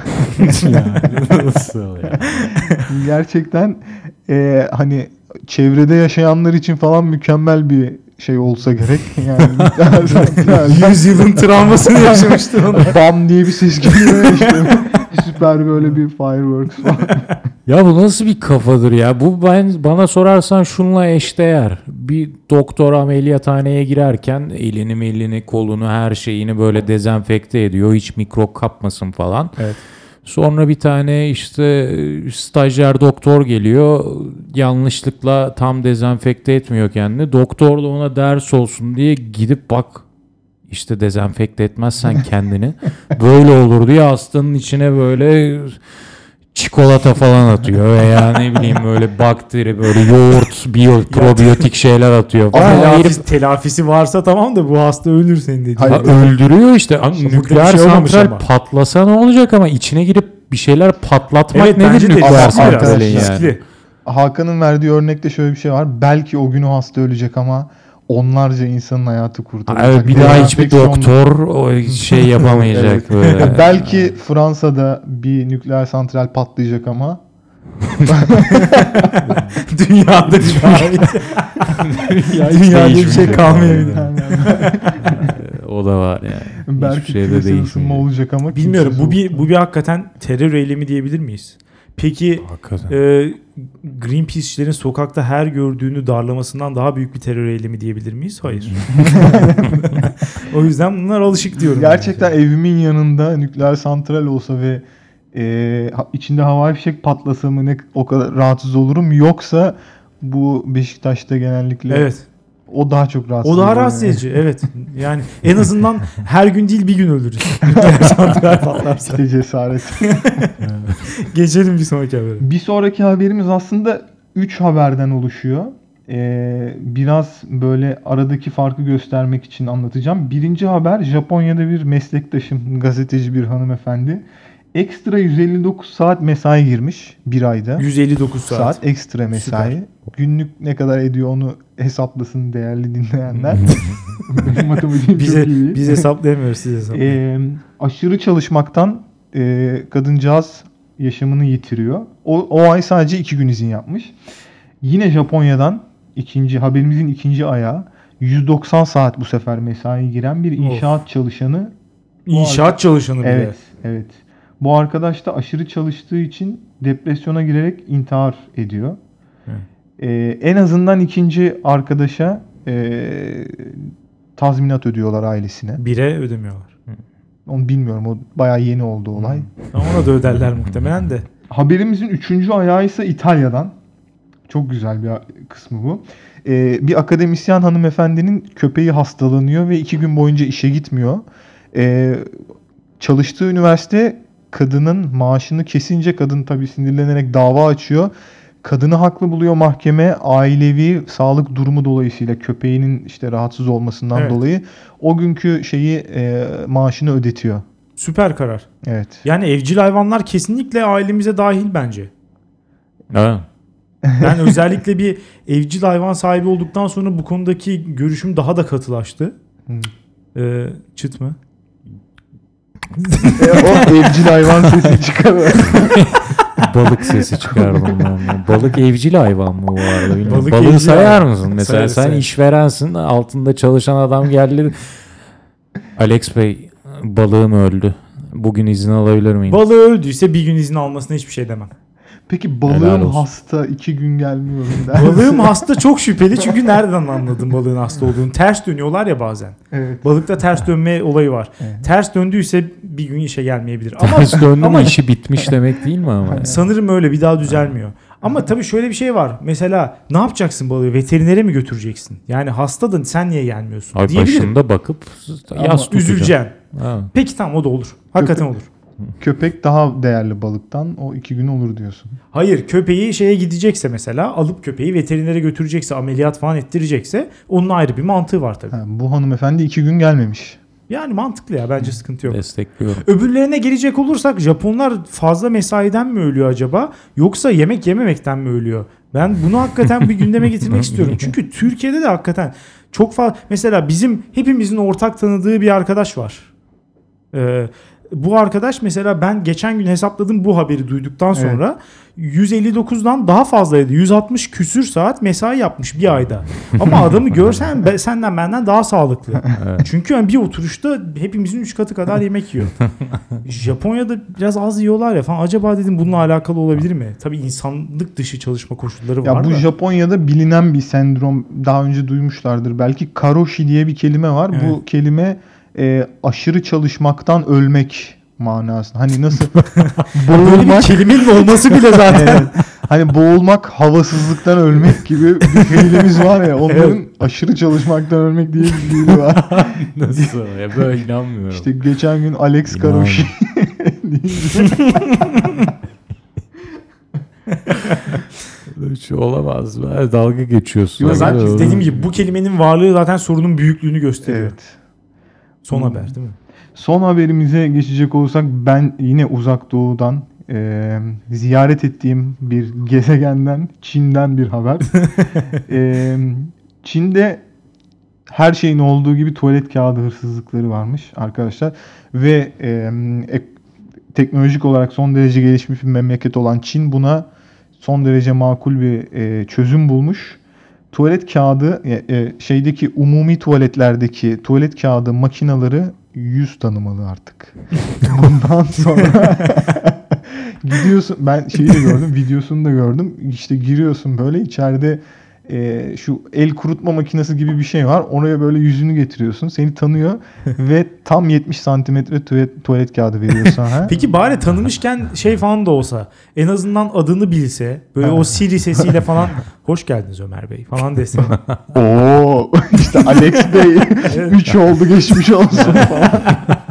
Nasıl ya? Gerçekten e, hani çevrede yaşayanlar için falan mükemmel bir şey olsa gerek. Yani nükleer santralden Yüzyılın travmasını yaşamıştı onlar. bam diye bir ses geliyor işte. Süper böyle bir fireworks falan. Ya bu nasıl bir kafadır ya? Bu ben bana sorarsan şunla eşdeğer. Bir doktor ameliyathaneye girerken elini, elini, kolunu, her şeyini böyle dezenfekte ediyor. Hiç mikrop kapmasın falan. Evet. Sonra bir tane işte stajyer doktor geliyor. Yanlışlıkla tam dezenfekte etmiyor kendini. Doktor da ona ders olsun diye gidip bak işte dezenfekte etmezsen kendini böyle olur diye hastanın içine böyle çikolata falan atıyor veya ne bileyim böyle bakteri, böyle yoğurt, biyo, probiyotik şeyler atıyor falan. Telafisi, telafisi varsa tamam da bu hasta ölür senin dediğin. Hayır, Ha, öldürüyor işte. İşte Nükleer burada bir şey olmamış santral ama. patlasa ne olacak ama içine girip bir şeyler patlatmak Evet, bence nedir de nükleer riskli biraz, santralin yani? riskli. Hakan'ın verdiği örnekte şöyle bir şey var. Belki o gün o hasta ölecek ama onlarca insanın hayatı Ha, kurtarılacak. evet, bir daha Veya hiçbir enfeksiyon- doktor o şey yapamayacak Evet. böyle. Belki Fransa'da bir nükleer santral patlayacak ama Dünyada şu an dünyada bir şey değişmeyecek kalmayabilir. O da var yani. belki Hiçbir şeyde küresel ısınma değişmeyecek. olacak ama Bilmiyorum, kimse bu bir bu bir hakikaten terör eylemi diyebilir miyiz? Peki Hakikaten. e, Greenpeace'çilerin sokakta her gördüğünü darlamasından daha büyük bir terör eylemi diyebilir miyiz? Hayır. O yüzden bunlar alışık diyorum. Gerçekten evimin yanında nükleer santral olsa ve e, ha- içinde havai fişek patlasa mı ne o kadar rahatsız olurum, yoksa bu Beşiktaş'ta genellikle Evet. o daha çok rahatsız O daha ediyor rahatsız yani. edici. Evet. Yani en azından her gün değil bir gün ölürüz. Nükleer santral patlarsa. İşte cesaret. Geçelim bir sonraki habere. Bir sonraki haberimiz aslında üç haberden oluşuyor. Ee, biraz böyle aradaki farkı göstermek için anlatacağım. Birinci haber, Japonya'da bir meslektaşım, gazeteci bir hanımefendi ekstra yüz elli dokuz saat mesai girmiş bir ayda. yüz elli dokuz saat. saat ekstra mesai. Süper. Günlük ne kadar ediyor onu hesaplasın değerli dinleyenler. Benim matematiğim Biz, çok iyi. biz hesaplayamıyoruz, siz hesaplayın. Ee, aşırı çalışmaktan e, kadıncağız yaşamını yitiriyor. O, o ay sadece iki gün izin yapmış. Yine Japonya'dan ikinci haberimizin ikinci ayağı, yüz doksan saat bu sefer mesai giren bir inşaat çalışanı. İnşaat çalışanı bile. Evet, evet. Bu arkadaş da aşırı çalıştığı için depresyona girerek intihar ediyor. Evet. Ee, en azından ikinci arkadaşa e, tazminat ödüyorlar ailesine. Bire ödemiyorlar. Onu bilmiyorum. O bayağı yeni oldu olay. Ama ona da öderler muhtemelen de. Haberimizin üçüncü ayağı ise İtalya'dan. Çok güzel bir kısmı bu. Ee, bir akademisyen hanımefendinin köpeği hastalanıyor ve iki gün boyunca işe gitmiyor. Ee, çalıştığı üniversite kadının maaşını kesince kadın tabii sinirlenerek dava açıyor. Kadını haklı buluyor mahkeme, ailevi sağlık durumu dolayısıyla köpeğinin işte rahatsız olmasından Evet. dolayı o günkü şeyi e, maaşını ödetiyor. Süper karar. Evet. Yani evcil hayvanlar kesinlikle ailemize dahil bence. Ha. Ben özellikle bir evcil hayvan sahibi olduktan sonra bu konudaki görüşüm daha da katılaştı. Hı. Ee, çıt mı? E, o evcil hayvan sesi çıkarıyor. Balık sesi çıkardım ben. de. Balık evcil hayvan mı bu arada? Bilmiyorum. Balık Balığı evcil sayar hayvan. mısın? Mesela Sayarız, sen sayarız. işverensin, altında çalışan adam geldi. Alex Bey, balığım öldü. Bugün izin alabilir miyim? Balığı öldüyse bir gün izin almasına hiçbir şey demem. Peki Helal balığım olsun. hasta iki gün gelmiyorum der. Balığım hasta çok şüpheli çünkü nereden anladın balığın hasta olduğunu? Ters dönüyorlar ya bazen. Evet. Balıkta ters dönme olayı var. Evet. Ters döndüyse bir gün işe gelmeyebilir. Ama Ters döndü ama- mü işi bitmiş demek değil mi ama? sanırım öyle, bir daha düzelmiyor. Ama tabii şöyle bir şey var. Mesela ne yapacaksın balığı? Veterinere mi götüreceksin? Yani hastadın, sen niye gelmiyorsun? Ay Diyebilirim. başında bakıp Ama yas tutacağım. Üzüleceksin. Ha. Peki tamam, o da olur. Hakikaten olur. Köpek daha değerli balıktan, o iki gün olur diyorsun. Hayır, köpeği şeye gidecekse mesela, alıp köpeği veterinere götürecekse, ameliyat falan ettirecekse onun ayrı bir mantığı var tabii. Ha, bu hanımefendi iki gün gelmemiş. Yani mantıklı ya, bence sıkıntı yok. Destekliyorum. Öbürlerine gelecek olursak, Japonlar fazla mesaiden mi ölüyor acaba, yoksa yemek yememekten mi ölüyor? Ben bunu hakikaten bir gündeme getirmek istiyorum. Çünkü Türkiye'de de hakikaten çok fazla, mesela bizim hepimizin ortak tanıdığı bir arkadaş var. Ee, bu arkadaş mesela, ben geçen gün hesapladım bu haberi duyduktan sonra, yüz elli dokuzdan daha fazlaydı. yüz altmış küsür saat mesai yapmış bir ayda. Ama adamı görsen be- senden benden daha sağlıklı. Çünkü yani bir oturuşta hepimizin üç katı kadar yemek yiyor. Japonya'da biraz az yiyorlar ya falan. Acaba dedim bununla alakalı olabilir mi? Tabii insanlık dışı çalışma koşulları Ya var bu da. Japonya'da bilinen bir sendrom, daha önce duymuşlardır. Belki karoshi diye bir kelime var. Evet. Bu kelime e, aşırı çalışmaktan ölmek manasında. Hani nasıl Böyle bir boğulmak, kelimenin olması bile zaten. Hani boğulmak, havasızlıktan ölmek gibi bir fiilimiz var ya. Onların Evet. aşırı çalışmaktan ölmek diye bir fiili var. Nasıl? Ya böyle inanmıyorum. İşte geçen gün Alex Karoshi Böyle şey olamaz. Ben dalga geçiyorsun. Ya zaten Öyle dediğim olur. gibi bu kelimenin varlığı zaten sorunun büyüklüğünü gösteriyor. Evet. Son Hmm. haber değil mi? Son haberimize geçecek olursak ben yine uzak doğudan e, ziyaret ettiğim bir gezegenden, Çin'den bir haber. e, Çin'de her şeyin olduğu gibi tuvalet kağıdı hırsızlıkları varmış arkadaşlar. Ve e, ek- teknolojik olarak son derece gelişmiş bir memleket olan Çin buna son derece makul bir e, çözüm bulmuş. Tuvalet kağıdı e, e, şeydeki umumi tuvaletlerdeki tuvalet kağıdı makinaları yüz tanımalı artık. Bundan sonra gidiyorsun, ben şeyi de gördüm, videosunu da gördüm. İşte giriyorsun böyle içeride e, şu el kurutma makinesi gibi bir şey var. Oraya böyle yüzünü getiriyorsun. Seni tanıyor ve tam yetmiş santimetre tuvalet, tuvalet kağıdı veriyor sana. Peki bari tanımışken şey falan da olsa, en azından adını bilse, böyle Ha. o Siri sesiyle falan hoş geldiniz Ömer Bey falan dese. Oo işte Alex Bey üç oldu geçmiş olsun falan.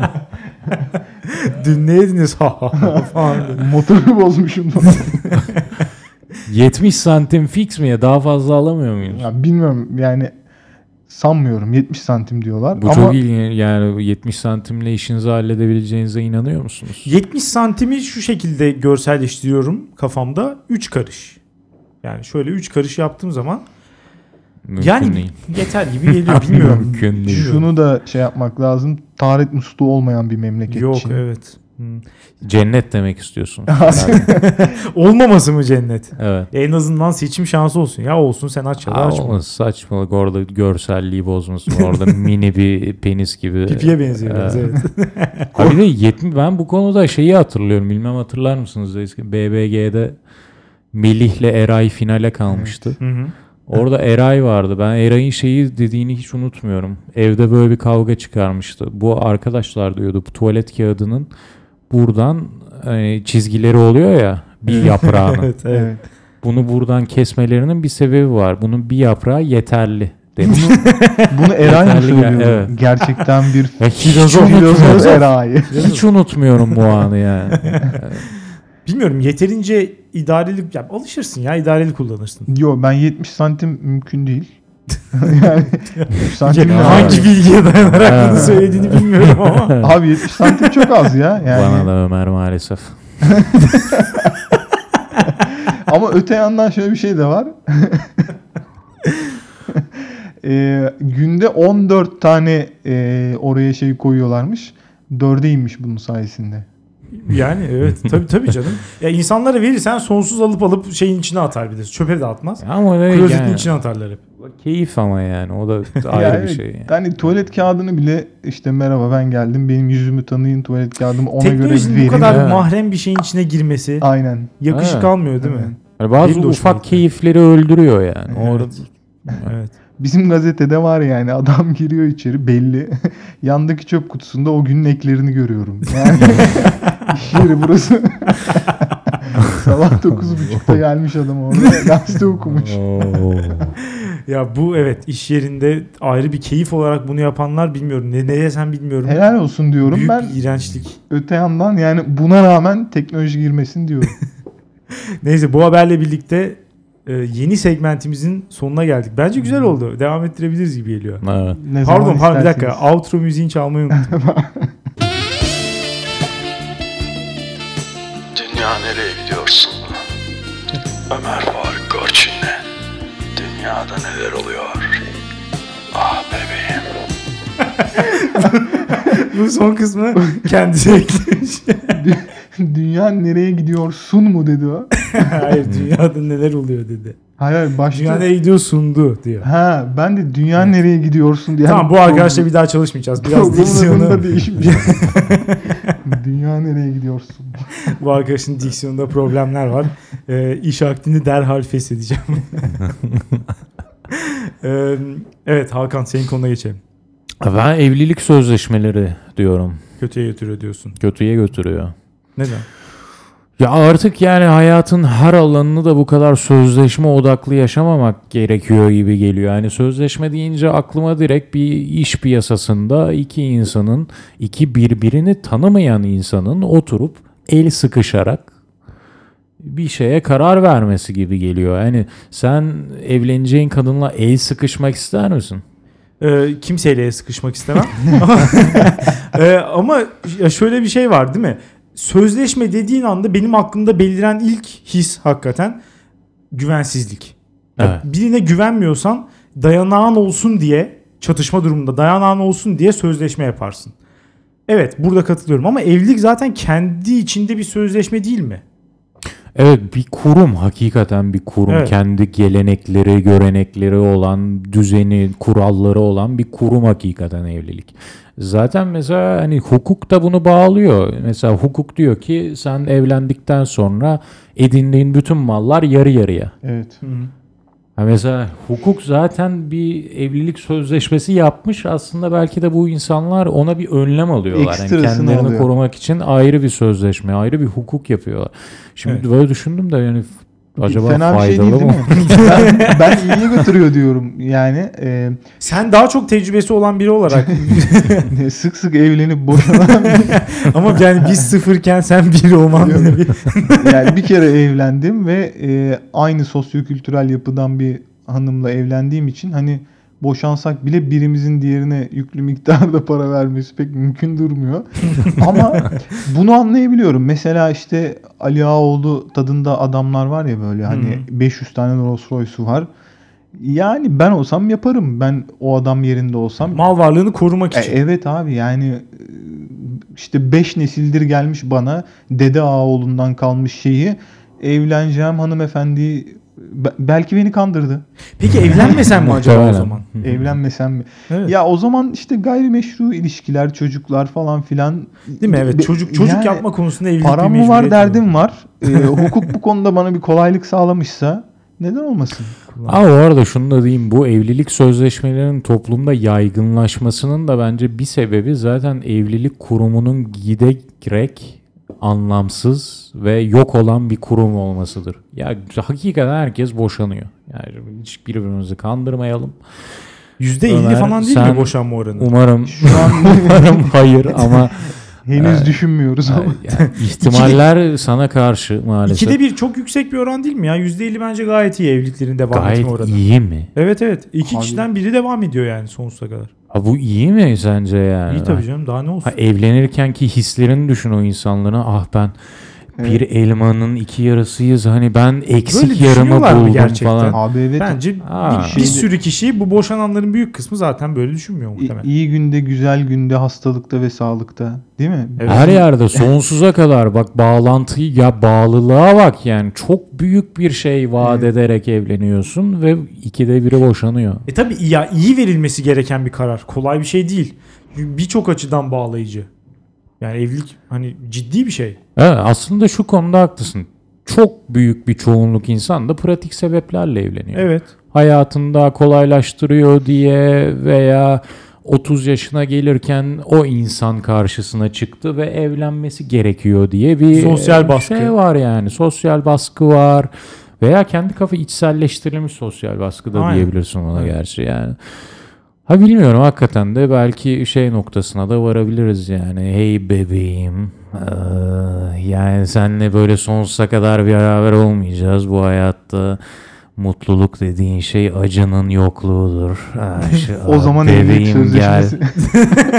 Dün ne yediniz ha ha ha falan. Motoru bozmuşum. yetmiş santim fix mi ya? Daha fazla alamıyor muyuz? Ya bilmiyorum yani sanmıyorum yetmiş santim diyorlar. Bu ama çok ilginç. Yani yetmiş santimle işinizi halledebileceğinize inanıyor musunuz? yetmiş santimi şu şekilde görselleştiriyorum kafamda. üç karış. Yani şöyle üç karış yaptığım zaman Mümkün yani değil. yeter gibi geliyor, bilmiyorum. Mümkün değil. şunu da şey yapmak lazım. Taharet musluğu olmayan bir memleket Yok Çin. evet. Hmm. Cennet demek istiyorsun. Olmaması mı cennet? Evet. En azından seçim şansı olsun. Ya olsun, sen aç ya da Aa, açma. olmaz, saçmalık, orada görselliği bozmasın. Orada mini bir penis gibi. Pipiye benziyor biraz, Evet. evet. Ha bir de yetmiş, ben bu konuda şeyi hatırlıyorum. Bilmem hatırlar mısınız? Eski B B G'de Melih'le Eray finale kalmıştı. Hı hı. Orada Eray vardı. Ben Eray'ın şeyi dediğini hiç unutmuyorum. Evde böyle bir kavga çıkarmıştı. Bu arkadaşlar diyordu, bu tuvalet kağıdının buradan e, çizgileri oluyor ya, bir yaprağının. Evet, evet. Evet. Bunu buradan kesmelerinin bir sebebi var. Bunun bir yaprağı yeterli demiş. Bunu Eray mı Yeterli gel- söylüyor? evet. Gerçekten bir Ya hiç filozof unutmuyorum. Eray. Hiç unutmuyorum bu anı yani. Bilmiyorum, yeterince idarelik, ya alışırsın ya, idareli kullanırsın. Yo ben yetmiş santim mümkün değil. yani üç santim ne Ya, abi? Hangi bilgiye dayanarak Ha. bunu söylediğini bilmiyorum ama. Abi yetmiş santim çok az ya. Yani. Bana da Ömer maalesef. Ama öte yandan şöyle bir şey de var. Ee, günde on dört tane e, oraya şey koyuyorlarmış. dörde inmiş bunun sayesinde. Yani evet, tabii tabii canım. Ya insanlara verirsen sonsuz alıp alıp şeyin içine atar bir de. Çöpe de atmaz. Ama öyle Klozetin yani, içine atarlar hep. keyif ama yani o da ayrı Yani, bir şey. Yani. hani tuvalet kağıdını bile işte merhaba ben geldim benim yüzümü tanıyın tuvalet kağıdımı ona göre Teknolojinin verin. bu kadar Evet. mahrem bir şeyin içine girmesi Aynen. yakışık Evet. almıyor değil mi? Evet. Yani bazı Benim de hoşuma ufak gitti. keyifleri öldürüyor yani. Evet. Orada Evet. Bizim gazetede var yani adam giriyor içeri belli. Yandaki çöp kutusunda o günün eklerini görüyorum. Yani iş yeri burası. Sabah dokuz buçukta gelmiş adam orada gazete okumuş. Oo. Ya bu evet, iş yerinde ayrı bir keyif olarak bunu yapanlar, bilmiyorum. Ne, ne desem bilmiyorum. Helal olsun diyorum Büyük ben. bir iğrençlik. Öte yandan yani buna rağmen teknoloji girmesin diyorum. Neyse, bu haberle birlikte e, yeni segmentimizin sonuna geldik. Bence güzel oldu. Devam ettirebiliriz gibi geliyor. Evet. Ne Pardon zaman pardon bir isterseniz. dakika. Outro müziğini çalmayı unuttum. Dünya nereye gidiyorsun? Ömer Faruk Korçin'le. Dünyada neler oluyor? Ah bebeğim. Bu son kısmı kendisi eklemiş. Dünya nereye gidiyorsun mu dedi o. Hayır, dünyada neler oluyor dedi. Hayır hayır başta. Dünya nereye gidiyor sundu diyor. Ha ben de dünya nereye gidiyorsun diye. Tamam, bu arkadaşla bir daha çalışmayacağız. Biraz Programın diksiyonu. adında değişmiş. Dünya nereye gidiyorsun? Bu arkadaşın diksiyonunda problemler var. Ee, iş akdini derhal feshedeceğim. ee, evet Hakan, senin konuna geçelim. Ben evlilik sözleşmeleri diyorum. Kötüye götürüyor diyorsun. Kötüye götürüyor. Neden? Ya artık yani hayatın her alanını da bu kadar sözleşme odaklı yaşamamak gerekiyor gibi geliyor. Yani sözleşme deyince aklıma direkt bir iş piyasasında iki insanın, iki birbirini tanımayan insanın oturup el sıkışarak bir şeye karar vermesi gibi geliyor. Yani sen evleneceğin kadınla el sıkışmak ister misin? Ee, kimseyle sıkışmak istemem. ee, ama ya şöyle bir şey var değil mi? Sözleşme dediğin anda benim aklımda beliren ilk his hakikaten güvensizlik. Evet. Birine güvenmiyorsan dayanağın olsun diye, çatışma durumunda dayanağın olsun diye sözleşme yaparsın. Evet, burada katılıyorum ama evlilik zaten kendi içinde bir sözleşme değil mi? Evet, bir kurum, hakikaten bir kurum. Evet. Kendi gelenekleri, görenekleri olan, düzeni, kuralları olan bir kurum hakikaten evlilik. Zaten mesela hani hukuk da bunu bağlıyor. Mesela hukuk diyor ki sen evlendikten sonra edindiğin bütün mallar yarı yarıya. Evet. Hı. Ha mesela hukuk zaten bir evlilik sözleşmesi yapmış. Aslında belki de bu insanlar ona bir önlem alıyorlar. Yani Ekstrasını kendilerini alıyor. korumak için ayrı bir sözleşme, ayrı bir hukuk yapıyorlar. Şimdi Evet. böyle düşündüm de yani acaba Fena bir şey faydalı değil, mı? değil mi? ben, ben iyiye götürüyor diyorum. Yani e, Sen daha çok tecrübesi olan biri olarak sık sık evlenip boşanan ama yani biz sıfırken sen biri olman bile bir... yani bir kere evlendim ve e, aynı sosyokültürel yapıdan bir hanımla evlendiğim için hani boşansak bile birimizin diğerine yüklü miktarda para vermesi pek mümkün durmuyor. Ama bunu anlayabiliyorum. Mesela işte Ali Ağaoğlu tadında adamlar var ya böyle hani Hı. beş yüz tane Rolls Royce'u var. Yani ben olsam yaparım. Ben o adam yerinde olsam. Mal varlığını korumak E, için. evet abi yani e, işte beş nesildir gelmiş bana Dede Ağaoğlu'ndan kalmış şeyi evleneceğim hanımefendi be- belki beni kandırdı. Peki evlenmesen mi acaba o Muhtemelen. zaman? Evlenmesem mi? Evet. Ya o zaman işte gayrimeşru ilişkiler, çocuklar falan filan. Değil mi? Evet. Be- Çocuk çocuk yani yapma konusunda evlilik param bir mı var, mecburiyet derdim var. E, hukuk bu konuda bana bir kolaylık sağlamışsa neden olmasın? Ama bu arada şunu da diyeyim, bu evlilik sözleşmelerinin toplumda yaygınlaşmasının da bence bir sebebi zaten evlilik kurumunun giderek anlamsız ve yok olan bir kurum olmasıdır. Ya hakikaten herkes boşanıyor. Yani hiç birbirimizi kandırmayalım. yüzde elli Ömer, falan değil sen mi boşanma oranı? Umarım Şu an umarım hayır ama henüz düşünmüyoruz ama. yani ihtimaller sana karşı maalesef. İkide bir çok yüksek bir oran değil mi ya? yüzde elli bence gayet iyi evliliklerin devam Gayet etme oranı. iyi mi? Evet evet. İki Abi- kişiden biri devam ediyor yani sonsuza kadar. Ha, bu iyi mi sence yani? İyi tabii canım, daha ne olsun. Ha, evlenirken ki hislerini düşün o insanların. Ah ben bir elmanın iki yarısıyız. Hani ben eksik Böyle yarımı düşünüyorlar mı buldum gerçekten? falan. Abi evet. Bence Ha. bir, bir Şeyde- sürü kişi, bu boşananların büyük kısmı zaten böyle düşünmüyor İ- muhtemelen. İyi günde, güzel günde, hastalıkta ve sağlıkta, değil mi? Evet. Her yerde sonsuza kadar bak, bağlantıyı ya bağlılığa bak yani, çok büyük bir şey vaat Evet. ederek evleniyorsun ve ikide biri boşanıyor. E tabii ya, iyi verilmesi gereken bir karar. Kolay bir şey değil. Birçok açıdan bağlayıcı. Yani evlilik hani ciddi bir şey. Evet, aslında şu konuda haklısın. Çok büyük bir çoğunluk insan da pratik sebeplerle evleniyor. Evet. Hayatını daha kolaylaştırıyor diye veya otuz yaşına gelirken o insan karşısına çıktı ve evlenmesi gerekiyor diye bir Sosyal baskı. şey var yani. Sosyal baskı var veya kendi kafa içselleştirilmiş sosyal baskı da Aynen. diyebilirsin ona Evet. gerçi yani. Ha bilmiyorum, hakikaten de belki şey noktasına da varabiliriz yani. Hey bebeğim, eee, yani seninle böyle sonsuza kadar beraber olmayacağız bu hayatta. Mutluluk dediğin şey acının yokluğudur. Ah, şu- O ah, zaman evlilik bebeğim gel, sözleşmesi.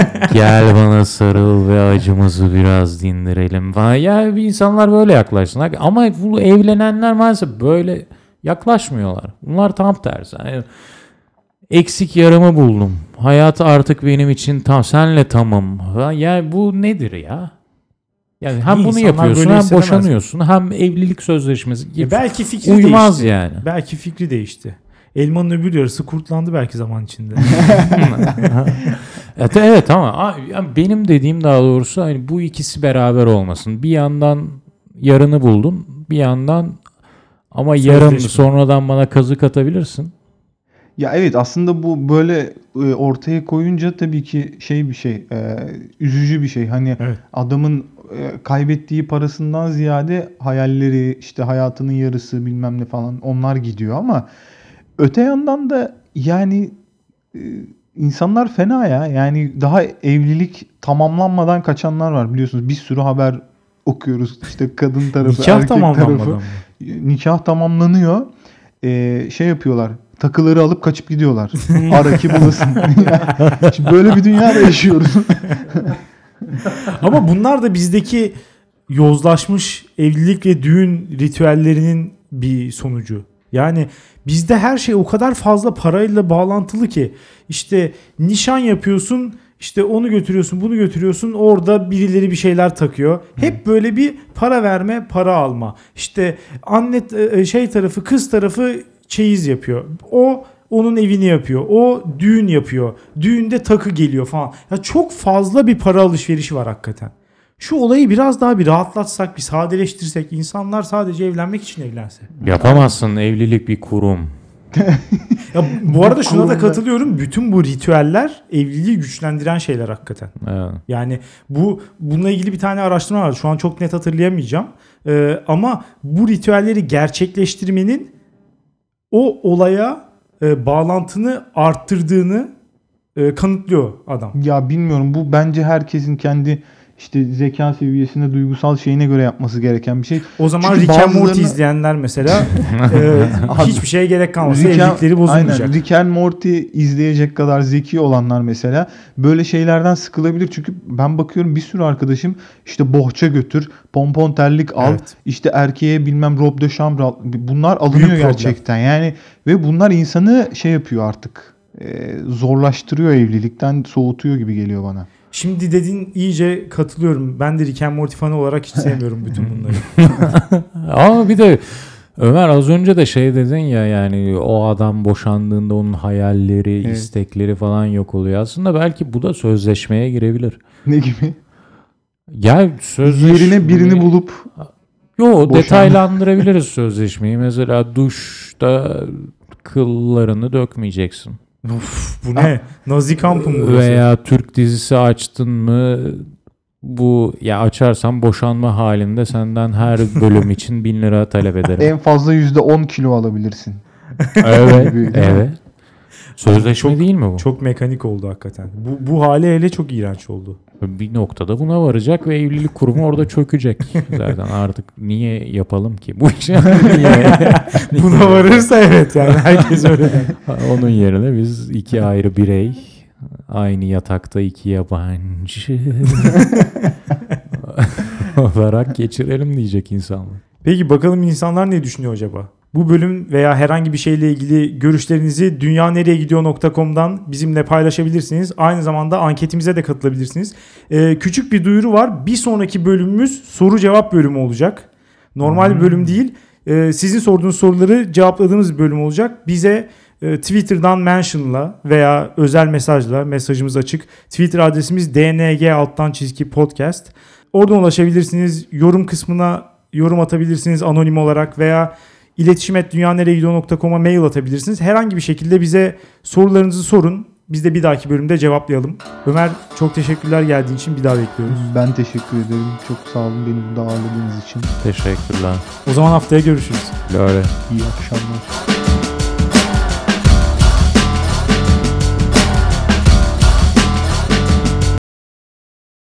gel bana sarıl ve acımızı biraz dindirelim falan. Ya bir insanlar böyle yaklaşsın. Ama bu evlenenler maalesef böyle yaklaşmıyorlar. Bunlar tam tersi. Yani eksik yarımı buldum. Hayat artık benim için tam, senle tamam. Ha, yani bu nedir ya? Yani hem İyi, bunu insanlar yapıyorsun böyle hem hissedemez. boşanıyorsun hem evlilik sözleşmesi E gibi. belki fikri Uymaz değişti. yani. Belki fikri değişti. Elmanın öbür yarısı kurtlandı belki zaman içinde. Evet, evet ama a- yani benim dediğim daha doğrusu hani bu ikisi beraber olmasın. Bir yandan yarını buldun, bir yandan ama yarın Sözleşme. sonradan bana kazık atabilirsin. Ya evet, aslında bu böyle e, ortaya koyunca tabii ki şey bir şey, e, üzücü bir şey. Hani Evet. adamın e, kaybettiği parasından ziyade hayalleri, işte hayatının yarısı bilmem ne falan, onlar gidiyor ama öte yandan da yani e, insanlar fena ya. Yani daha evlilik tamamlanmadan kaçanlar var, biliyorsunuz. Bir sürü haber okuyoruz. İşte kadın tarafı, Nikah erkek tamamlanmadan tarafı. mı? Nikah tamamlanıyor. Ee, şey yapıyorlar. Takıları alıp kaçıp gidiyorlar. Ara ki bulasın. Şimdi böyle bir dünyada yaşıyoruz. Ama bunlar da bizdeki yozlaşmış evlilik ve düğün ritüellerinin bir sonucu. Yani bizde her şey o kadar fazla parayla bağlantılı ki işte nişan yapıyorsun, işte onu götürüyorsun, bunu götürüyorsun, orada birileri bir şeyler takıyor. Hep böyle bir para verme, para alma. İşte anne şey tarafı, kız tarafı çeyiz yapıyor. O onun evini yapıyor. O düğün yapıyor. Düğünde takı geliyor falan. Ya çok fazla bir para alışverişi var hakikaten. Şu olayı biraz daha bir rahatlatsak, bir sadeleştirsek, insanlar sadece evlenmek için evlense. Yapamazsın, evlilik bir kurum. Ya bu arada şuna da Kurumda- katılıyorum. Bütün bu ritüeller evliliği güçlendiren şeyler hakikaten. Evet. Yani bu bununla ilgili bir tane araştırma var. Şu an çok net hatırlayamayacağım. Ee, ama bu ritüelleri gerçekleştirmenin o olaya e, bağlantını arttırdığını e, kanıtlıyor adam. Ya bilmiyorum, bu bence herkesin kendi işte zeka seviyesine, duygusal şeyine göre yapması gereken bir şey. O zaman Çünkü Rick and Morty bazılarına- izleyenler mesela e, hiçbir şeye gerek kalmasa Rick and- evlilikleri bozulmayacak. Aynen. Rick and Morty izleyecek kadar zeki olanlar mesela böyle şeylerden sıkılabilir. Çünkü ben bakıyorum, bir sürü arkadaşım işte bohça götür, pompon terlik al, Evet. işte erkeğe bilmem robe de chambre al. Bunlar alınıyor Büyük problem. gerçekten. Yani ve bunlar insanı şey yapıyor artık. e, zorlaştırıyor, evlilikten soğutuyor gibi geliyor bana. Şimdi dediğin iyice katılıyorum. Ben de Rick and Morty fanı olarak hiç sevmiyorum bütün bunları. Ama bir de Ömer, az önce de şey dedin ya, yani o adam boşandığında onun hayalleri, Evet. istekleri falan yok oluyor. Aslında belki bu da sözleşmeye girebilir. Ne gibi? Ya sözleşme... Yerine birini bulup Yo, Boşanma. detaylandırabiliriz sözleşmeyi. Mesela duşta kıllarını dökmeyeceksin. Uf, bu ne? Nazi kampı mı burası? Veya Türk dizisi açtın mı, bu ya açarsan boşanma halinde senden her bölüm için bin lira talep ederim. en fazla yüzde on kilo alabilirsin. Evet, Gibi. evet. Sözleşme Çok- değil mi bu? Çok mekanik oldu hakikaten. Bu, bu hale hele çok iğrenç oldu. Bir noktada buna varacak ve evlilik kurumu orada çökecek. Zaten artık niye yapalım ki bu işi? Niye? Buna varırsa evet, yani herkes öyle. Onun yerine biz iki ayrı birey, aynı yatakta iki yabancı olarak geçirelim diyecek insanlar. Peki bakalım insanlar ne düşünüyor acaba? Bu bölüm veya herhangi bir şeyle ilgili görüşlerinizi dünyanereyegidiyor nokta com'dan bizimle paylaşabilirsiniz. Aynı zamanda anketimize de katılabilirsiniz. Ee, küçük bir duyuru var. Bir sonraki bölümümüz soru cevap bölümü olacak. Normal bir bölüm değil. Ee, sizin sorduğunuz soruları cevapladığımız bir bölüm olacak. Bize e, Twitter'dan mention'la veya özel mesajla, mesajımız açık. Twitter adresimiz D N G alttan çizgi podcast. Oradan ulaşabilirsiniz. Yorum kısmına yorum atabilirsiniz anonim olarak veya iletişim et dünyanereyegidiyor nokta com'a mail atabilirsiniz. Herhangi bir şekilde bize sorularınızı sorun. Biz de bir dahaki bölümde cevaplayalım. Ömer, çok teşekkürler geldiğin için, bir daha bekliyoruz. Ben teşekkür ederim. Çok sağ olun beni burada ağırladığınız için. Teşekkürler. O zaman haftaya görüşürüz. Böyle. İyi akşamlar.